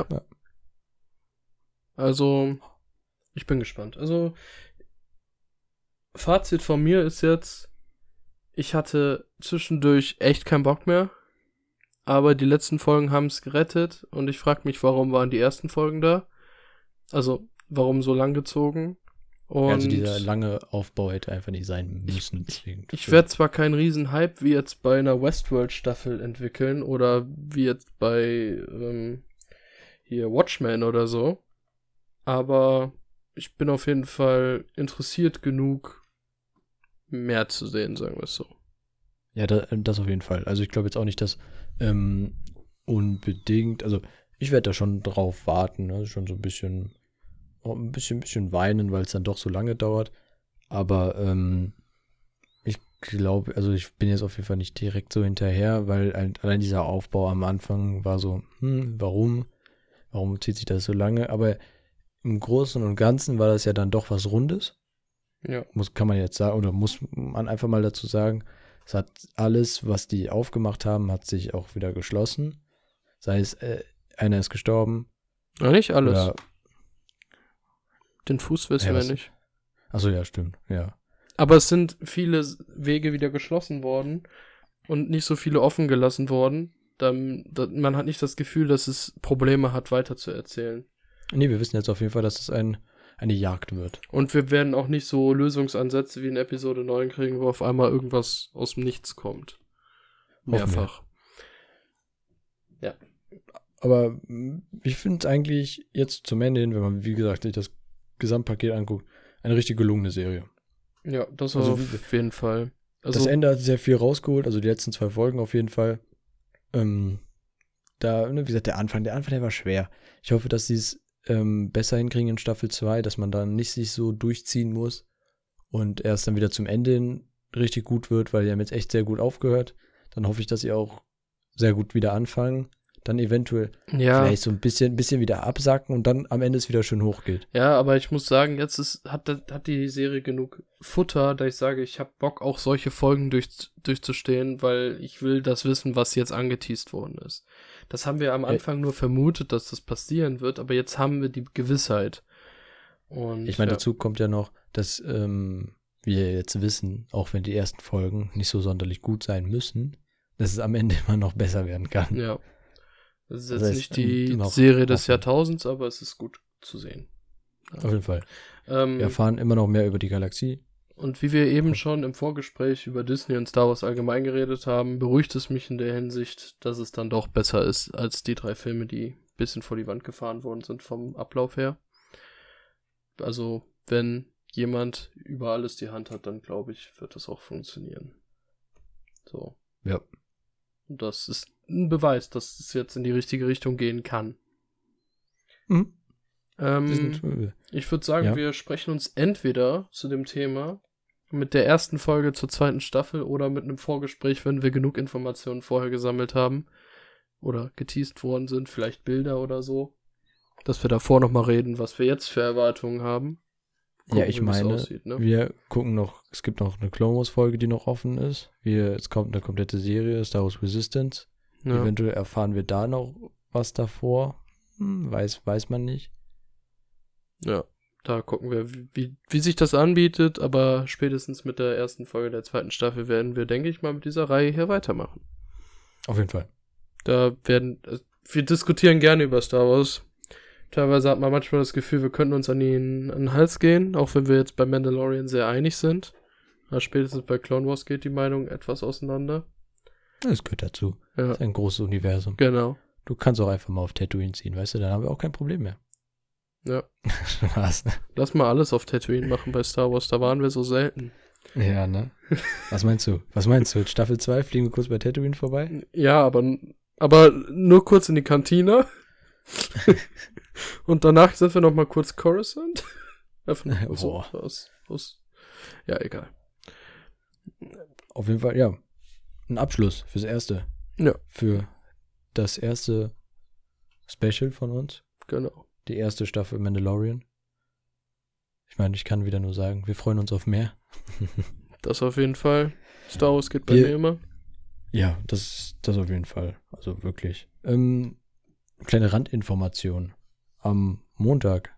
Also, ich bin gespannt. Also, Fazit von mir ist jetzt, ich hatte zwischendurch echt keinen Bock mehr, aber die letzten Folgen haben es gerettet und ich frage mich, warum waren die ersten Folgen da? Also, warum so lang gezogen? Und Ja, also dieser lange Aufbau hätte einfach nicht sein müssen. deswegen. ich werde zwar keinen riesen Hype wie jetzt bei einer Westworld-Staffel entwickeln oder wie jetzt bei ähm, hier Watchmen oder so, aber ich bin auf jeden Fall interessiert genug, mehr zu sehen, sagen wir es so. Ja, da, das auf jeden Fall. Also ich glaube jetzt auch nicht, dass ähm, unbedingt, also ich werde da schon drauf warten, ne? Schon so ein bisschen, auch ein bisschen, bisschen weinen, weil es dann doch so lange dauert. Aber ähm, ich glaube, also ich bin jetzt auf jeden Fall nicht direkt so hinterher, weil ein, allein dieser Aufbau am Anfang war so, hm, warum? Warum zieht sich das so lange? Aber im Großen und Ganzen war das ja dann doch was Rundes. Ja. Muss, kann man jetzt sagen, oder muss man einfach mal dazu sagen, es hat alles, was die aufgemacht haben, hat sich auch wieder geschlossen. Sei es, äh, einer ist gestorben. Ja, nicht alles. Oder, Den Fuß wissen Ja, wir was- nicht. achso, ja, stimmt, ja. Aber es sind viele S- Wege wieder geschlossen worden und nicht so viele offen gelassen worden. Dann, da, man hat nicht das Gefühl, dass es Probleme hat, weiter zu erzählen. Nee, wir wissen jetzt auf jeden Fall, dass es ein, eine Jagd wird. Und wir werden auch nicht so Lösungsansätze wie in Episode neun kriegen, wo auf einmal irgendwas aus dem Nichts kommt. Hoffen wir. Mehrfach. Aber mh, ich finde es eigentlich jetzt zum Ende hin, wenn man, wie gesagt, sich das Gesamtpaket anguckt, eine richtig gelungene Serie. Ja, das Also auf wie- jeden Fall. Also, das Ende hat sehr viel rausgeholt, also die letzten zwei Folgen auf jeden Fall. Ähm, da, ne, wie gesagt, der Anfang, der Anfang, der war schwer. Ich hoffe, dass sie es ähm, besser hinkriegen in Staffel zwei, dass man dann nicht sich so durchziehen muss und erst dann wieder zum Ende hin richtig gut wird, weil die haben jetzt echt sehr gut aufgehört. Dann hoffe ich, dass sie auch sehr gut wieder anfangen. Dann eventuell ja, vielleicht so ein bisschen, bisschen wieder absacken und dann am Ende es wieder schön hochgeht. ja, aber ich muss sagen, jetzt ist, hat, hat die Serie genug Futter, da ich sage, ich habe Bock, auch solche Folgen durch, durchzustehen, weil ich will das wissen, was jetzt angeteast worden ist. Das haben wir am Äh. Anfang nur vermutet, dass das passieren wird, aber jetzt haben wir die Gewissheit. Und Ich meine, ja. dazu kommt ja noch, dass ähm, wir jetzt wissen, auch wenn die ersten Folgen nicht so sonderlich gut sein müssen, dass es am Ende immer noch besser werden kann. Ja. Das ist jetzt Das heißt, nicht die noch Serie des Hoffnung. Jahrtausends, aber es ist gut zu sehen. Auf jeden Fall. Ähm, Wir erfahren immer noch mehr über die Galaxie. Und wie wir eben schon im Vorgespräch über Disney und Star Wars allgemein geredet haben, beruhigt es mich in der Hinsicht, dass es dann doch besser ist als die drei Filme, die ein bisschen vor die Wand gefahren worden sind vom Ablauf her. Also, wenn jemand über alles die Hand hat, dann glaube ich, wird das auch funktionieren. So. Ja. Und das ist ein Beweis, dass es jetzt in die richtige Richtung gehen kann. Mhm. Ähm, Wir sind, äh, Ich würde sagen, Ja. wir sprechen uns entweder zu dem Thema mit der ersten Folge zur zweiten Staffel oder mit einem Vorgespräch, wenn wir genug Informationen vorher gesammelt haben oder geteased worden sind, vielleicht Bilder oder so, dass wir davor nochmal reden, was wir jetzt für Erwartungen haben. ja, ich wie es meine, aussieht, ne? wir gucken noch, es gibt noch eine Clone Wars Folge, die noch offen ist. Wir, es kommt eine komplette Serie, Star Wars Resistance. Ja. Eventuell erfahren wir da noch was davor. Hm, weiß, weiß man nicht. ja, da gucken wir, wie, wie, wie sich das anbietet, aber spätestens mit der ersten Folge der zweiten Staffel werden wir, denke ich mal, mit dieser Reihe hier weitermachen. Auf jeden Fall. Da werden, äh, wir diskutieren gerne über Star Wars. Teilweise hat man manchmal das Gefühl, wir könnten uns an den, an den Hals gehen, auch wenn wir jetzt bei Mandalorian sehr einig sind. Na, spätestens bei Clone Wars geht die Meinung etwas auseinander. Das gehört dazu. Ja, Das ist ein großes Universum. genau. Du kannst auch einfach mal auf Tatooine ziehen, weißt du, dann haben wir auch kein Problem mehr. Ja. Was? Lass mal alles auf Tatooine machen bei Star Wars, da waren wir so selten. Ja, ne? Was meinst du? Was meinst du? Staffel zwei fliegen wir kurz bei Tatooine vorbei? Ja, aber, aber nur kurz in die Kantine. Und danach sind wir noch mal kurz Coruscant. so, aus, aus. Ja, egal. Auf jeden Fall, ja. Ein Abschluss fürs Erste. Ja. Für das erste Special von uns. Genau. Die erste Staffel Mandalorian. Ich meine, ich kann wieder nur sagen, wir freuen uns auf mehr. Das auf jeden Fall. Star Wars geht bei wir, mir immer. Ja, das, das auf jeden Fall. Also wirklich. Ähm, kleine Randinformation. Am Montag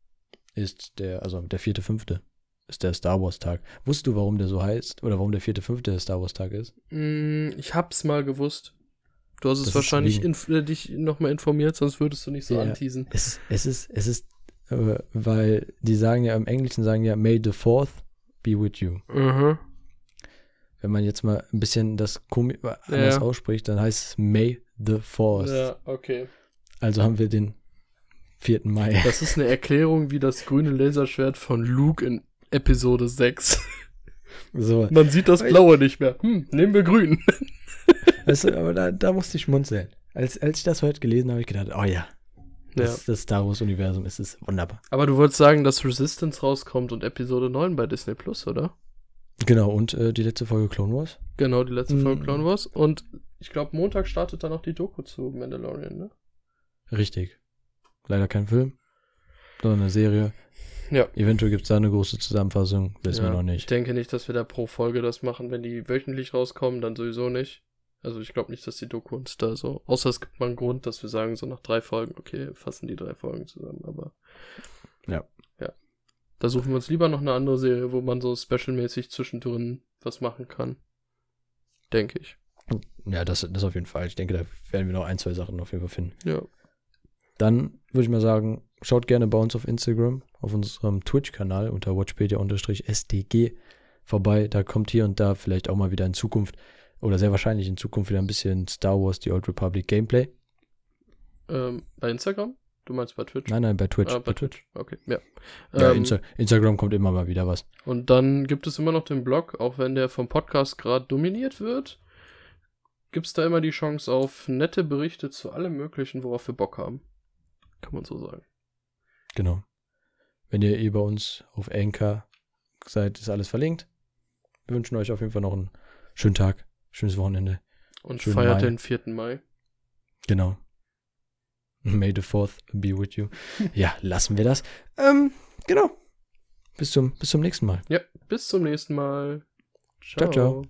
ist der, also der vierte fünfte ist der Star Wars Tag. Wusstest du, warum der so heißt? Oder warum der vierte fünfte der Star Wars Tag ist? Mm, ich hab's mal gewusst. Du hast es das wahrscheinlich inf- äh, dich nochmal informiert, sonst würdest du nicht so ja, anteasen. Es ist, es ist, es ist, äh, weil die sagen ja, im Englischen sagen ja, May the fourth be with you. Mhm. Wenn man jetzt mal ein bisschen das Komi- anders Ja. ausspricht, dann heißt es May the fourth. Ja, okay. Also haben wir den vierten Mai. Das ist eine Erklärung wie das grüne Laserschwert von Luke in Episode sechs. So. Man sieht das Blaue nicht mehr. Hm, nehmen wir grün. Weißt du, aber da, da musste ich schmunzeln. Als, als ich das heute gelesen habe, habe ich gedacht, oh ja, das, Ja. das Star Wars-Universum ist es wunderbar. Aber du wolltest sagen, dass Resistance rauskommt und Episode neun bei Disney Plus, oder? Genau, und äh, die letzte Folge Clone Wars? Genau, die letzte Folge Mm. Clone Wars. Und ich glaube, Montag startet dann noch die Doku zu Mandalorian, ne? Richtig. Leider kein Film, sondern eine Serie. Ja. Eventuell gibt es da eine große Zusammenfassung, wissen Ja, wir noch Ich nicht. denke nicht, dass wir da pro Folge das machen. Wenn die wöchentlich rauskommen, dann sowieso nicht. Also ich glaube nicht, dass die Doku uns da so... Außer es gibt mal einen Grund, dass wir sagen, so nach drei Folgen, okay, fassen die drei Folgen zusammen, aber... Ja. Ja. Da suchen wir uns lieber noch eine andere Serie, wo man so specialmäßig zwischendrin was machen kann. Denke ich. Ja, das, das auf jeden Fall. Ich denke, da werden wir noch ein, zwei Sachen auf jeden Fall finden. Ja. Dann würde ich mal sagen, schaut gerne bei uns auf Instagram, auf unserem Twitch-Kanal unter watchpedia-S D G vorbei. Da kommt hier und da vielleicht auch mal wieder in Zukunft oder sehr wahrscheinlich in Zukunft wieder ein bisschen Star Wars, The Old Republic Gameplay. Ähm, bei Instagram? Du meinst bei Twitch? Nein, nein, bei Twitch. Ah, bei Twitch. Okay, ja. Ja, Ähm, Insta- Instagram kommt immer mal wieder was. Und dann gibt es immer noch den Blog, auch wenn der vom Podcast gerade dominiert wird, gibt es da immer die Chance auf nette Berichte zu allem Möglichen, worauf wir Bock haben. Kann man so sagen. Genau. Wenn ihr eh bei uns auf Anchor seid, ist alles verlinkt. Wir wünschen euch auf jeden Fall noch einen schönen Tag, schönes Wochenende. Und Schönen feiert Mai. den vierten Mai. Genau. May the fourth be with you. Ja, lassen wir das. Ähm, genau. Bis zum, bis zum nächsten Mal. Ja, bis zum nächsten Mal. Ciao, ciao.